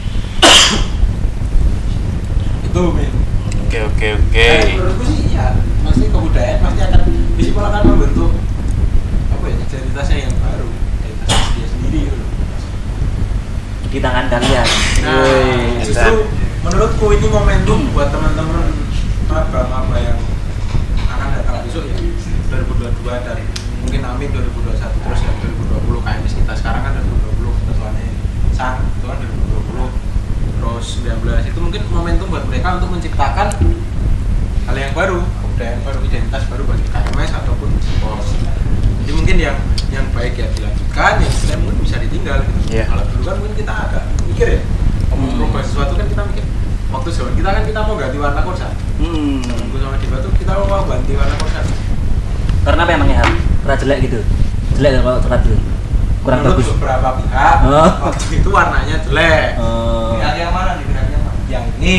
Itu men. Oke oke oke. Nah, menurutku sih ya, pasti kebudayaan pasti akan Visipol akan membentuk apa ya identitasnya yang baru, identitas dia sendiri gitu. Di tangan kalian. Nah, Woi. justru menurutku ini momentum buat teman-teman maba-maba yang akan datang besok ya dua ribu dua puluh dua dan mungkin amin dua ribu dua puluh satu terus ya dua ribu dua puluh K M S kita sekarang kan dua ribu dua puluh ketuanya Sang itu kan dua ribu dua puluh terus sembilan belas itu mungkin momentum buat mereka untuk menciptakan hal yang baru, kebudayaan baru, identitas baru bagi K M S ataupun pos. Jadi mungkin yang yang baik ya dilanjutkan, yang tidak mungkin bisa ditinggal gitu. Yeah. Kalau dulu kan mungkin kita agak mikir ya, mau Hmm. merubah sesuatu kan kita mikir. Waktu zaman kita kan kita mau ganti warna kursa. Hmm. Temanku sama Diva tuh kita mau ganti warna kursa. Karena apa emangnya Hal? Pernah jelek gitu? Jelek ya kalau terlihat dulu? Kurang Menurut bagus? beberapa pihak, Oh. waktu itu warnanya jelek. Oh. Pihak yang mana nih? Pihak yang mana? Yang ini.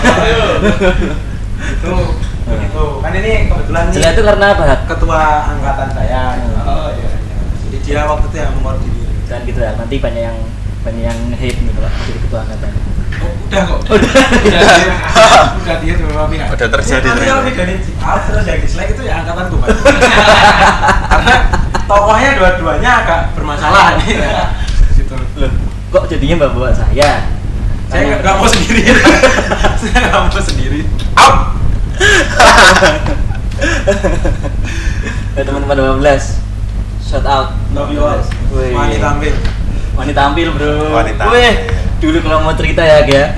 Itu begitu. Kan ini kebetulan nih Jelek itu karena apa? Hat? ketua angkatan saya. Oh, iya, iya. Jadi dia waktu itu yang mengkoordinir. Dan gitu ya, nanti banyak yang banyak yang hate nih kalau jadi ketua angkatan. Oh, udah kok. Udah. Udah dia. Udah dia beberapa pihak. Udah terjadi. Nanti kalau bedanya up terus yang dislike itu ya angkatanku Pak. Karena tokohnya dua-duanya agak bermasalah nih ya. Situ. Loh, kok jadinya bawa saya? Saya nggak nggak mau sendiri. Saya nggak mau sendiri. Out. Ya teman-teman dua belas. Shout out. Love you all. Wih. Mani tampil. Mani tampil, Bro. Mani tampil. Wih, dulu kalau mau cerita ya, ya.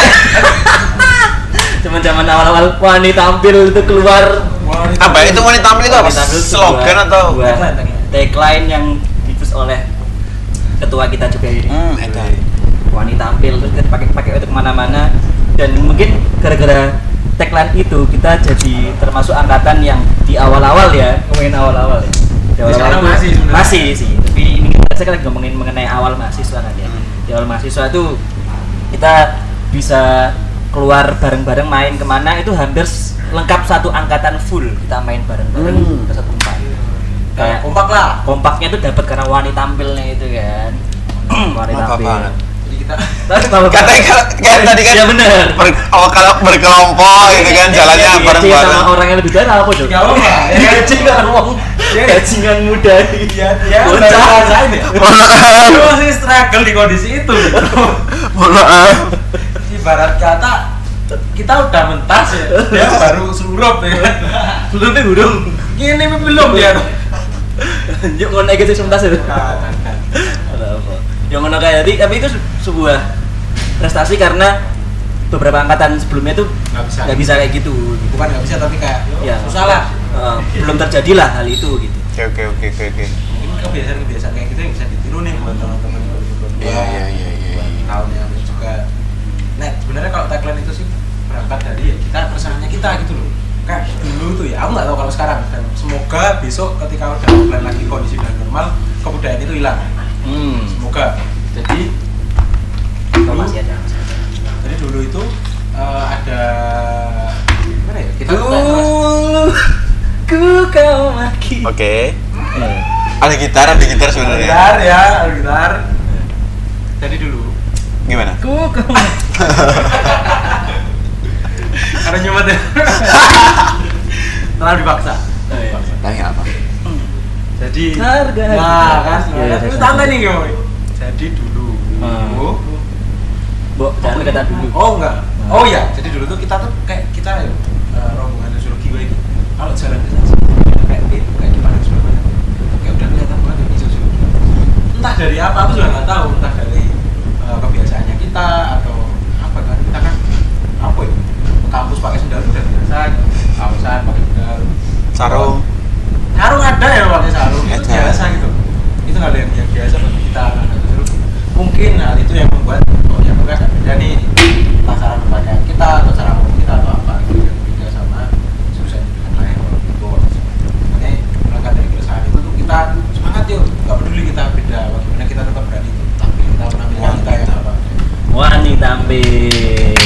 Zaman-zaman awal-awal Wani tampil itu keluar. Mani Apa itu wanita tampil itu apa? Wani tampil itu Slogan sebuah- atau? sebuah Tagline, tagline yang ditus oleh ketua kita juga ini. Hmm, edan. Wani tampil terus kita pakai-pakai itu kemana-mana dan mungkin gara-gara tagline itu kita jadi termasuk angkatan yang di awal-awal ya ngomongin awal-awal ya. Di awal-awal Sekarang itu masih sebenarnya. masih sih, tapi ini kita saya lagi ngomongin mengenai awal mahasiswa kan ya. Di awal mahasiswa itu kita bisa keluar bareng-bareng main kemana itu hampir s- lengkap satu angkatan full kita main bareng-bareng Hmm. ke satu tempat. Kayak Kayak kompak lah. kompaknya tuh dapat karena Wani tampilnya itu kan. Wani Apa tampil. banget. Jadi kita Tapi kalau Katanya kalau- kayak tadi kan ya benar. ber- oh, kalau berkelompok gitu kan jalannya Iya, sama bareng-bareng. orang yang lebih tua apa Jok? Gak apa-apa. Ya bajingan wong. Bajingan muda. Iya, dia Bocah. udah ngerasain ya. Mohon maaf. Lu masih struggle di kondisi itu. Mohon maaf. Ibarat kata kita udah mentas ya, dia baru surup ya. Belum nih burung. Gini belum dia. Yuk ngono iki sing sementas itu. Kan, kan. Ada apa? Yang ngono kayak tadi, tapi itu se- sebuah prestasi karena beberapa angkatan sebelumnya tuh Nggak bisa. nggak bisa kayak gitu. Bukan nggak bisa tapi kayak Ya. susah lah. Eh, belum terjadilah hal itu gitu. Oke oke oke oke oke. Mungkin kebiasaan-kebiasaan kayak gitu yang bisa ditiru nih buat teman-teman dua ribu dua puluh dua. Iya iya iya iya. Buat tahun yang lalu juga. Nah, sebenarnya kalau tagline itu sih berangkat dari ya kita keresahannya kita gitu loh. Kayak dulu tuh ya, aku nggak tahu kalau sekarang, dan semoga besok ketika udah offline lagi kondisi udah normal, kebudayaan itu hilang. Hmm. Semoga. Jadi Oh, masih ada. Masih ada. jadi dulu itu uh, ada gimana ya? Kita tuh kayak Dulu ku kau maki. Oke. Eh. Ada gitar, ada gitar ngeras- sebenarnya. gitar ya, ada gitar. Jadi dulu Gimana? Ku kau maki. ada nyumet ya. Terlalu dipaksa. Oh, iya. Tapi nggak apa. Jadi Harga. nah kan, Iya, iya, itu iya. tanda nih gue. Jadi dulu, Hmm. oh, Bo, jangan kata dulu. oh enggak, oh iya, jadi dulu tuh kita tuh kayak kita ya, uh, rombongan sosiologi gue ini, kalau jalan ke sana kayak gitu, kayak di Padang sebelah mana, kayak udah kelihatan banget ini sosiologi. Entah dari apa, aku juga nggak tahu, entah dari uh, kebiasaannya kita atau apa kan, kita kan apa ya, ke kampus pakai sendal itu udah biasa, kausan pakai sendal, Sarung. sarung ada ya pakai sarung itu Ada. biasa gitu, itu hal yang, yang biasa bagi kita anak sosiologi. Mungkin hal itu yang membuat oh ya mereka agak beda nih, entah cara berpakaian kita atau cara ngomong kita atau apa gitu yang beda sama jurusan jurusan lain kalau gitu. Makanya berangkat dari keresahan itu tuh kita semangat yuk, nggak peduli kita beda, bagaimana kita tetap berani tuh tapi kita menampilkan kita yang apa. Wani tampil.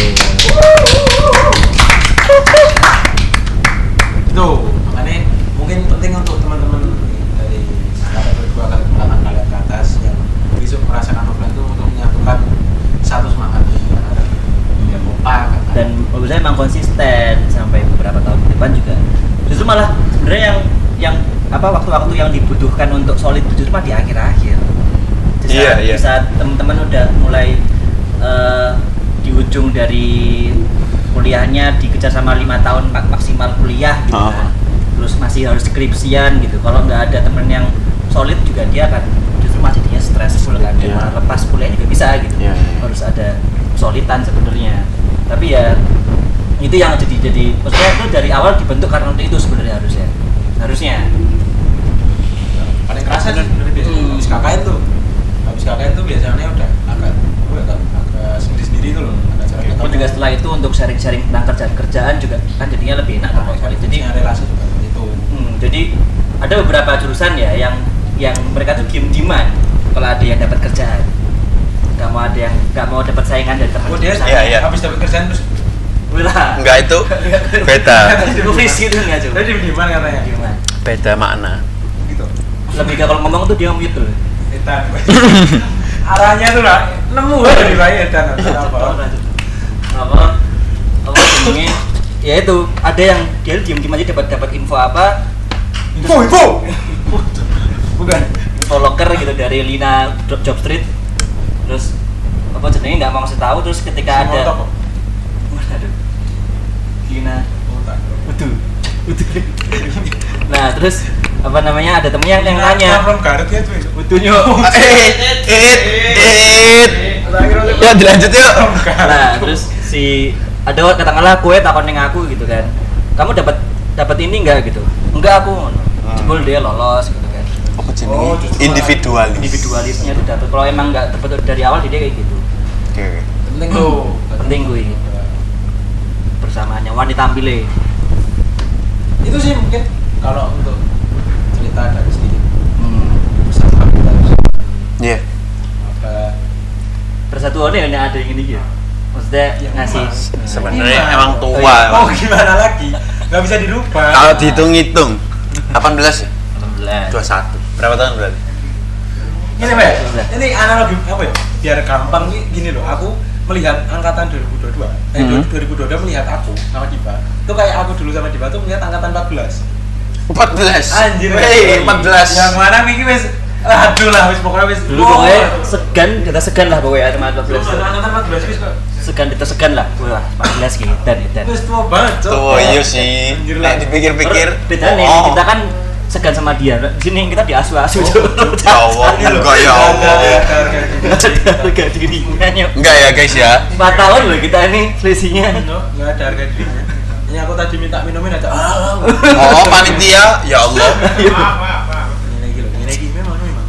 Itu makanya mungkin penting untuk teman-teman dari angkatan kedua kali pertama kalian ke atas yang besok merasakan offline itu untuk menyatukan satu semangat ya kompak Dan menurut saya emang konsisten sampai beberapa tahun ke depan juga. Justru malah sebenarnya yang yang apa waktu-waktu yang dibutuhkan untuk solid itu cuma di akhir-akhir. Di saat, Iya, iya. di saat teman-teman udah mulai eh, di ujung dari kuliahnya dikejar sama lima tahun mak- maksimal kuliah gitu Ah. kan. Terus masih harus skripsian gitu. Kalau nggak ada temen yang solid juga dia akan justru masih dia stressful kan. Dia Iya. malah lepas kuliah juga bisa gitu. Iya, iya. Harus ada solitan sebenarnya. Tapi ya itu yang jadi jadi maksudnya itu dari awal dibentuk karena untuk itu sebenarnya harusnya. Harusnya. paling kerasa sih sebenarnya biasanya Hmm. habis K K N tuh habis K K N tuh biasanya udah agak gue agak, agak sendiri-sendiri tuh loh agak cara Pun juga setelah itu untuk sharing-sharing tentang kerjaan-kerjaan juga kan jadinya lebih enak kalau solid. Jadi jadi relasi juga seperti itu. Hmm, jadi ada beberapa jurusan ya yang yang mereka tuh diem-dieman kalau ada yang dapat kerjaan, nggak mau ada yang nggak mau dapat saingan dari teman Oh dia jurusannya. Iya, iya. habis dapat kerjaan terus Wah, Enggak, itu beda. itu freeze gitu nggak cuy? jadi gimana katanya Dieman. Beda makna. gitu Lebih ke kalau ngomong tuh dia mute tuh. edan arahnya tuh lah nemu dari bayi edan atau apa Apa? Apa ngomongnya? Ya itu ada yang dia diem-diem aja dapat dapat info apa? info info bukan Info locker gitu dari Lina Job Job Street. Terus apa jenenge nggak mau ngasih tahu terus ketika ada Simon Toko. Aduh. Lina Oh, tak. Utuh. Utuh. Nah, terus apa namanya? Ada temen yang yang Nah, nanya. from Garut ya tuh itu. Utuhnya. Eh, it, it. Ya dilanjut yuk. Nah, terus si ada katakanlah kue takon ning aku gitu kan. Kamu dapat dapat ini enggak gitu? Enggak aku. Jebul dia lolos gitu kan. Apa Oh, jenenge? justru Individualis. Individualisnya itu dapat. Kalau emang enggak dapat dari awal dia kayak gitu. Oke. Penting tuh. Penting gue bersamaannya wanita tampile. Itu sih mungkin kalau untuk cerita dari sedikit Hmm. bersama kita Iya. apa Persatuannya hanya ada yang ini ya. Maksudnya Ya, ngasih Mas. Sebenarnya Gimana? emang Oh, tua. iya. oh emang. gimana lagi nggak bisa dirubah Kalau dihitung-hitung delapan belas ya? alhamdulillah. dua puluh satu. Berapa tahun berarti? Gini Pak, ini analogi apa ya? Biar gampang nih gini loh, aku melihat angkatan dua ribu dua puluh dua, eh Hmm. dua ribu dua puluh dua melihat aku sama Diva. Itu kayak aku dulu sama Diva tuh melihat angkatan empat belas. empat belas. Anjir. Wey, empat belas. Yang mana Miki wis aduh lah wis pokoknya wis Dulu pokoknya segan, kita segan lah pokoknya sama empat belas. angkatan empat belas wis kok. Segan kita segan lah. Wah, empat belas gitu dan dan. Wis tua banget, Cok. Tuh, iya sih. Anjir Nek lah. dipikir-pikir. Beda nih, oh. kita kan segan sama dia. Di sini kita diasuh-asuh. Cuk. Ya Allah, enggak ya Allah. Harga dirinya nyok. Enggak ya guys ya. empat tahun loh kita ini selisihnya. Enggak ada harga dirinya. Ini aku tadi minta minumin aja. Ah, Oh, panitia, ya Allah. ini lagi loh, ini lagi memang memang.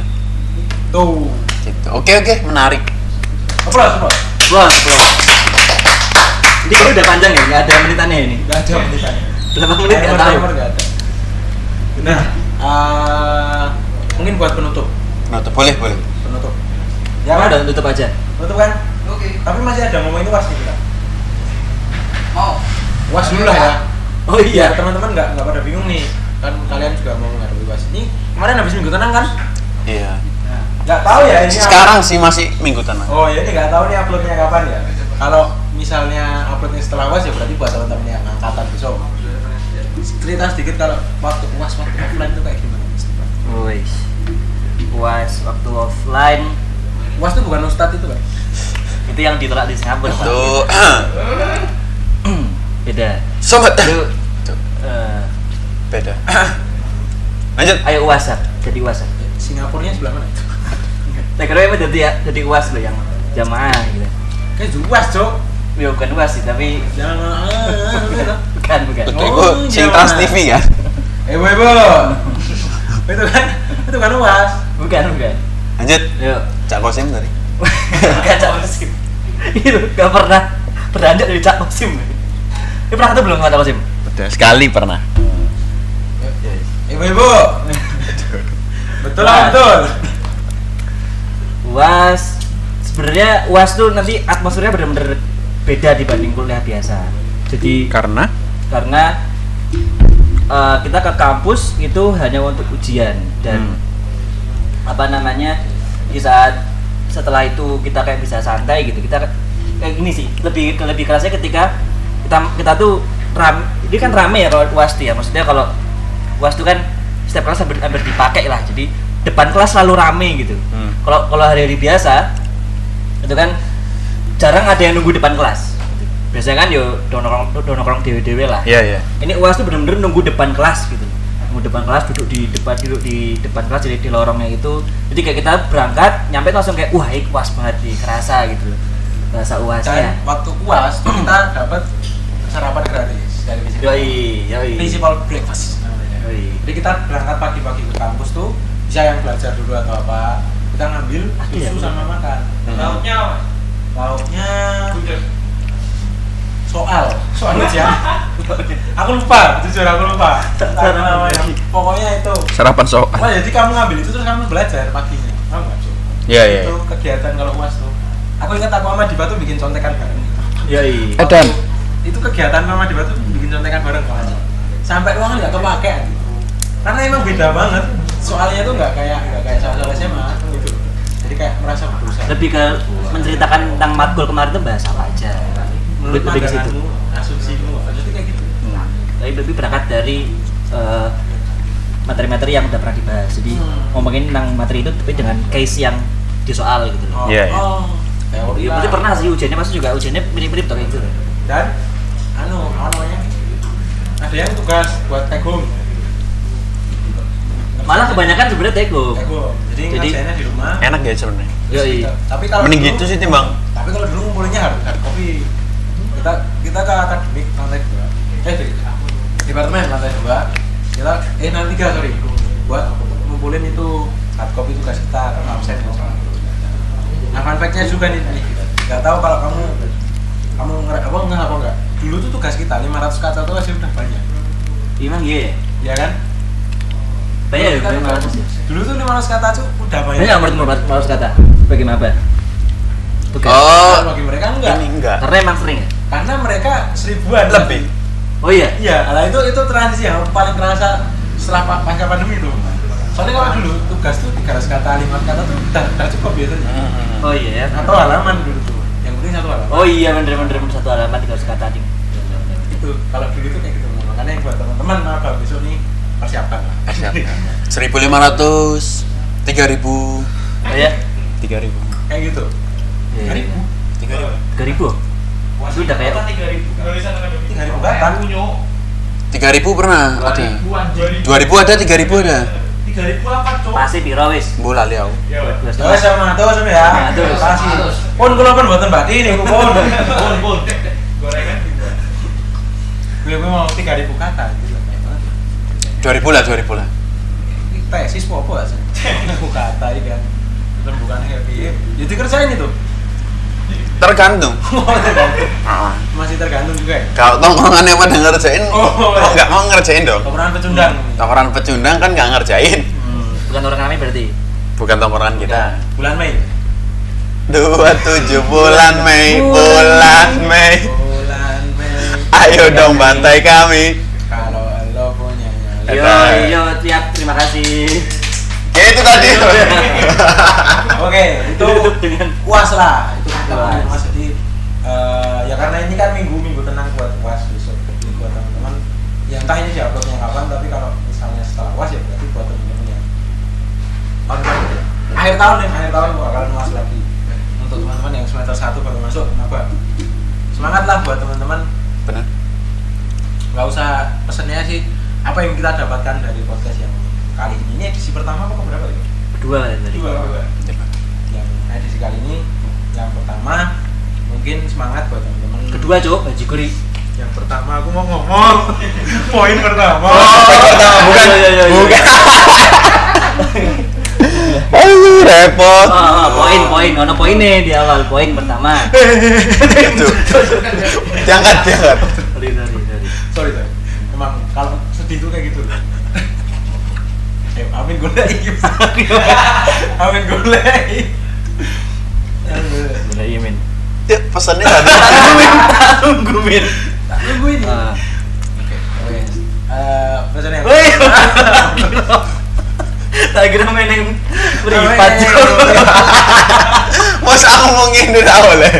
Tuh. Gitu. Oke oke, menarik. Apa lah, apa? Wah, wah. Ini udah panjang ya, nggak ada menitannya ini. Nggak ada menitannya. Berapa menit nggak tahu. Timer nggak ada. Nah, uh, mungkin buat penutup. Penutup boleh boleh. Penutup. Ya kan? Udah tutup aja. Penutup kan? Oke. Tapi masih ada ngomongin UAS nih kita. Oh. UAS dulu lah ya. Oh iya. Biar teman-teman nggak nggak pada bingung nih. Kan kalian juga mau menghadapi UAS. Ini kemarin habis minggu tenang kan? Iya. Nggak tahu ya ini. Sekarang sih masih minggu tenang. Oh ya ini nggak tahu nih uploadnya kapan ya. Kalau misalnya uploadnya setelah UAS ya berarti buat teman-teman yang angkatan besok. Cerita sedikit kalau waktu UAS waktu offline itu kayak gimana? Wih. UAS waktu offline. UAS itu bukan ustadz itu kan? Itu yang ditolak di Singapura. Tuh. Beda. Sobat. Itu eh, Beda. Lanjut. ayo UAS ya. Jadi UAS. Ya. Singapurnya sebelah mana itu? Saya kira itu jadi jadi UAS loh yang jamaah gitu. Kayak UAS, Cok. Ya bukan UAS sih, tapi Jangan. bukan bukan. Betul, Oh, itu sing jangan. Trans T V kan? Eh, Ibu, Ibu. Itu kan itu kan UAS. Bukan bukan. Lanjut. Yuk. Cak Kosim tadi. Bukan Cak Kosim. Itu gak pernah beranjak dari Cak Kosim. Ini pernah ketemu belum sama Cak Kosim? Betul. Sekali pernah. Ibu, Ibu. Betul lah, betul. UAS sebenarnya UAS tuh nanti atmosfernya benar-benar beda dibanding kuliah biasa. Jadi Karena karena uh, kita ke kampus itu hanya untuk ujian dan Hmm. apa namanya di saat setelah itu kita kayak bisa santai gitu. Kita kayak gini sih, lebih lebih kerasnya ketika kita kita tuh ram ini kan rame ya kalau UAS tuh ya, maksudnya kalau UAS tuh kan setiap kelas hampir, hampir dipakai lah, jadi depan kelas selalu rame gitu. Hmm. Kalau kalau hari-hari biasa itu kan jarang ada yang nunggu depan kelas. Biasanya kan yo nongkrong nongkrong dewe-dewe lah. Iya, iya. Ini UAS tuh bener-bener nunggu depan kelas gitu. Nunggu depan kelas, duduk di depan duduk di depan kelas, jadi di lorongnya itu. Jadi kayak kita berangkat, nyampe langsung kayak wah, ini UAS banget nih, kerasa gitu loh. Rasa UASnya. Dan waktu UAS tuh kita dapat sarapan gratis dari Principal. Yoi, yoi. Principal breakfast namanya. Yoi. Jadi kita berangkat pagi-pagi ke kampus tuh, bisa yang belajar dulu atau apa, kita ngambil Ada susu ya? sama makan. Hmm. Lauknya apa? Lauknya Gudeg. soal, soal ujian. Aku lupa, jujur aku lupa. Soal namanya. Pokoknya itu. Sarapan soal. Wah, jadi kamu ngambil itu terus kamu belajar paginya. Tahu nggak, Cuk? Iya, iya. Itu kegiatan kalau UAS tuh. Aku ingat aku sama Diba tuh bikin contekan bareng. Yoi. Edan. Itu kegiatan sama Diba tuh bikin contekan bareng kawan. Sampai ruangan nggak kepake gitu. Karena emang beda banget. Soalnya tuh nggak kayak nggak kayak soal-soal S M A gitu. Jadi kayak merasa berusaha. Lebih ke menceritakan tentang matkul kemarin tuh bahas apa aja. Menurut Lebih ke situ. pandanganmu, asumsimu, jadi kayak gitu. Nah, tapi lebih berangkat dari eh, materi-materi yang udah pernah dibahas. Jadi Hmm. ngomongin tentang materi itu tapi dengan case yang di soal gitu loh. Oh, Iya, iya. oh. Teori Iya, lah. berarti pernah sih ujiannya, masuk juga ujiannya mirip-mirip tuh kayak gitu. Dan anu apa namanya? Ada yang tugas buat take home. Malah kebanyakan sebenarnya teko. Take home. Jadi, Jadi- ngerjainnya di rumah. Enak ya sebenarnya. Terus Yoi. kita- Tapi kalau Mending dulu- gitu sih timbang. Tapi kalau dulu ngumpulinnya hard, hard copy. Kita kita ke akademik lantai dua. Eh, di departemen lantai dua. Kita eh lantai tiga sorry. Buat ngumpulin itu hard copy tugas kita kalau absen gitu. Nah, fun fact-nya juga nih, nih. Gak tahu kalau kamu kamu nggak apa nggak apa enggak. Dulu tuh tugas kita lima ratus kata tuh masih udah banyak. Emang iya. Ya kan? Banyak ya, Dulu kan- lima ratus ya. Dulu tuh lima ratus kata tuh udah banyak. Banyak menurut lima ratus kata. Bagaimana apa? Tugas. Oh, Kalau bagi mereka enggak. ini enggak. Karena emang sering ya. Karena mereka seribuan Lebih. Oh iya. Iya, nah itu itu transisi yang paling kerasa setelah pa- pasca pandemi itu. Soalnya kalau dulu tugas tuh tiga ratus kata, lima ratus kata tuh udah, udah cukup biasanya. Hmm. Oh iya ya. Atau halaman dulu tuh. Yang penting satu halaman. Oh iya bener bener bener satu halaman tiga ratus kata ding. Itu kalau dulu tuh kayak gitu. Makanya yang buat teman-teman apa besok nih persiapan lah. Seribu lima ratus, tiga ribu, Oh iya. tiga ribu, Kayak gitu. Iya. Tiga ribu. tiga ribu, tiga ribu. Itu udah kayak tiga ribu. Tiga ribu batang. tiga ribu pernah ada. Dua ribu ada, tiga ribu ada. Tiga ribu apa cok? pasti piro wis. Bola liau. dua belas Terus sama terus sama ya. Nah, terus. Kasih. Pun kula pun buatan Mbak Dini, pun. Bun bun. Gorengan juga. Gue gue mau tiga ribu kata gitu. Dua ribu lah, dua ribu lah. Tesis apa aja? Ribu kata ini kan. Rembukannya kayak piye? Jadi kerjain itu. Tergantung. Tergantung. Heeh. Masih tergantung juga ya. Kalau tongkrongan yang pada ngerjain, Oh, kok nggak mau ngerjain dong. Tongkrongan pecundang. Tongkrongan pecundang kan nggak ngerjain. Hmm, bukan orang kami berarti. Bukan tongkrongan kita. Bulan Mei. Dua tujuh bulan Mei, bulan Mei. Bulan Mei. Ayo dong bantai kami. Kalau lo punya nyali. Yo yo tiap terima kasih. Ya itu tadi. Oke, itu Ditutup dengan puas lah. Itu kita Puas. puas jadi eh, ya karena ini kan minggu minggu tenang buat puas besok buat teman-teman. Ya entah ini diuploadnya kapan, tapi kalau misalnya setelah puas ya berarti buat teman-teman yang tahun depan gitu ya. Akhir tahun nih, akhir tahun bakalan puas lagi. Untuk teman-teman yang semester satu baru masuk, kenapa? Semangat lah buat teman-teman. Benar. Nggak usah pesennya sih apa yang kita dapatkan dari podcast yang kali ini. Ini edisi pertama apa berapa ya? kedua kan tadi. Yang edisi kali ini yang pertama mungkin semangat buat teman-teman. Kedua, Cuk, Haji Guri. Yang pertama aku mau ngomong poin pertama. Poin pertama bukan. Iya, iya, iya, iya. Bukan. Aduh, repot. Oh, oh, poin, poin, ono poinnya di awal, poin pertama. Itu. Diangkat, diangkat. Sorry, sorry, sorry. Sorry sorry. Emang kalau sedih tuh kayak gitu. Eh, amin golek iki. Amin golek. Bener iya, Min. Ya, pesannya tadi. Tunggu, Min. Tak nungguin. Ah. Oke, oke. Eh, pesannya. Wih. Tak kira main yang beripat. Mas aku mau ngindut awal ya.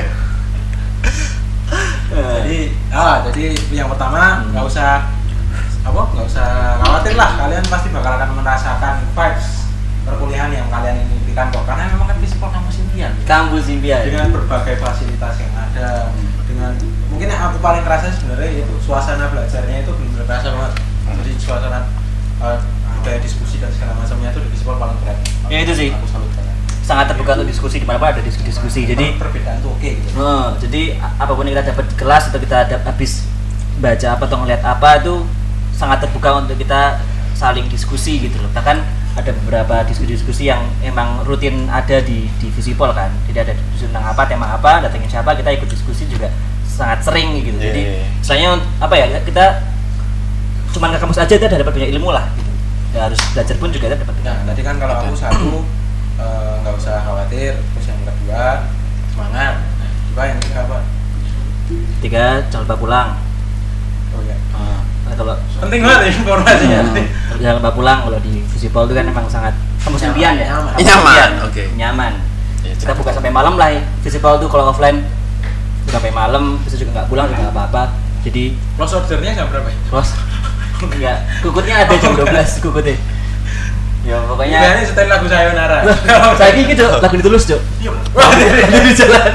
Jadi, ah, jadi yang pertama nggak usah apa, nggak usah khawatir lah. Kalian pasti bakal akan merasakan vibes perkuliahan yang kalian impikan kok. Karena memang kan Visipol kampus impian. Kampus impian. Dengan berbagai fasilitas yang ada, dengan mungkin yang aku paling kerasa sebenarnya itu suasana belajarnya itu benar-benar kerasa banget. Jadi suasana uh, budaya diskusi dan segala macamnya itu di Visipol paling keren. Ya, itu sih. Aku salut banget. Sangat terbuka untuk diskusi, di mana-mana ada diskusi-diskusi. Jadi perbedaan tuh oke gitu. oh, jadi a- apapun yang kita dapat di kelas atau kita ada habis baca apa atau ngeliat apa itu sangat terbuka untuk kita saling diskusi gitu loh. Bahkan ada beberapa diskusi-diskusi yang emang rutin ada di di Visipol kan. Jadi ada diskusi tentang apa, tema apa, datengin siapa, kita ikut diskusi juga sangat sering gitu. Yeah. Jadi misalnya apa ya, kita cuman ke kampus aja kita dapat banyak ilmu lah gitu. Ya, harus belajar pun juga kita dapat. Nah, tadi kan kalau aku satu eh, nggak usah khawatir, terus yang kedua semangat. Nah, coba yang ketiga apa? Tiga, jangan lupa pulang. Oh ya. Nah, kalau Penting banget informasinya. ya, jangan lupa pulang kalau di Visipol itu kan emang sangat kampus Nyaman, impian ya. nyaman. Kampus Nyaman, impian. oke. Nyaman. Ya, Kita buka sampai malam lah ya. Visipol tuh kalau offline buka sampai malam, bisa juga nggak pulang juga nggak apa-apa. Jadi Close ordernya jam berapa ya? terus enggak, kukutnya ada jam dua belas kukutnya. Ya pokoknya Ini setel lagu Sayonara. saya ini Cok, lagu ditulus Cok. Wah, Lagu di jalan.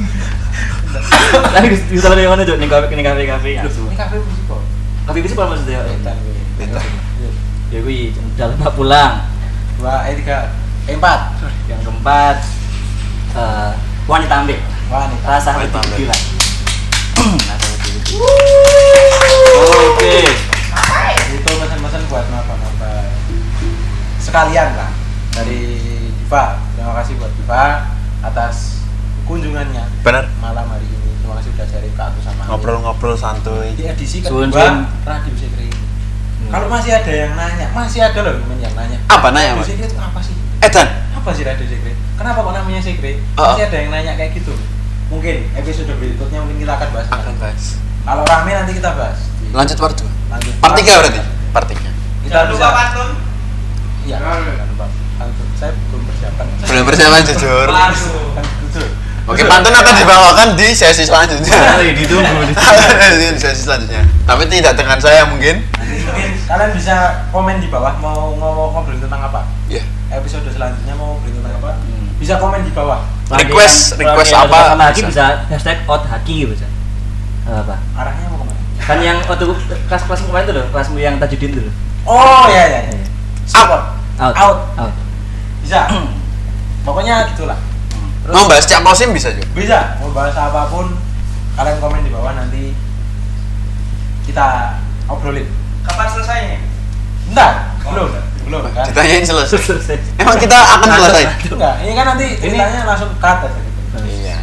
Lagu di jalan yang mana Cok? Ning kafe ning kafe-kafe. ini kafe Visipol. Kafe Visipol maksudnya. Bentar, Bentar. Ya gue jangan lupa pulang. Dua, eh tiga, eh empat. Yang keempat eh wanita ambil. Wah nih. Rasa Wanita lebih ambil. gila. Rasa lebih gila. Oke. Itu pesan-pesan buat apa-apa. Sekalian lah dari Diva. Terima kasih buat Diva atas kunjungannya Benar. malam hari ini. Terima kasih sudah sharing ke aku sama Amin. Ngobrol-ngobrol santuy. Di edisi Suun, kedua suun. Radio Sekre. Hmm. Kalau masih ada yang nanya, masih ada loh temen yang nanya. Apa nanya, Radio Mas? Sekre itu apa sih? Edan. Apa sih Radio Sekre? Kenapa kok namanya Sekre? Oh. Masih ada yang nanya kayak gitu. Mungkin episode berikutnya mungkin kita akan bahas. Akan bahas. Kalau rame nanti kita bahas. Lanjut part dua. Lanjut. Part tiga berarti. Part tiga. Kita Jangan bisa. lupa pantun. Iya. Jangan lupa. Pantun. Saya belum persiapan. Belum persiapan jujur. Langsung. Betul. Oke, pantun akan dibawakan di sesi selanjutnya. ditunggu. Di sesi selanjutnya. Tapi tidak dengan saya mungkin. Nanti mungkin kalian bisa komen di bawah mau ngomong ngobrolin tentang apa. Ya. Episode selanjutnya mau ngobrolin tentang apa? Bisa komen di bawah. Request- Kalau request yang apa, sama Haki bisa. bisa hashtag out Haki bisa. Apa? Arahnya mau kemana? Kan yang waktu kelas-kelas kemarin tuh loh, kelasmu yang Tajudin tuh loh. Oh iya iya. iya. Support. Out. Out. Out. Bisa. Pokoknya gitulah. Terus Mau bahas Cak Kosim bisa juga. bisa mau bahas apapun kalian komen di bawah nanti kita obrolin. Kapan selesainya? Bentar, Oh, belum, bentar. belum kan? Ditanyain selesai. Selesai. Emang kita akan selesai. Enggak, ini kan nanti ceritanya langsung cut aja gitu. Iya.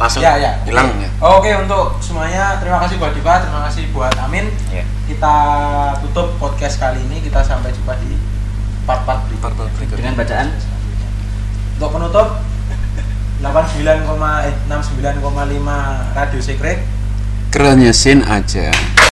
langsung Ya, ya. hilang ya. Oke, untuk semuanya terima kasih buat Diva, terima kasih buat Amin. Ya. Kita tutup podcast kali ini, kita sampai jumpa di part-part berikutnya. Part-part berikutnya. Dengan bacaan Untuk penutup delapan puluh sembilan, enam puluh sembilan koma lima Radio Secret. Kerenyesin aja.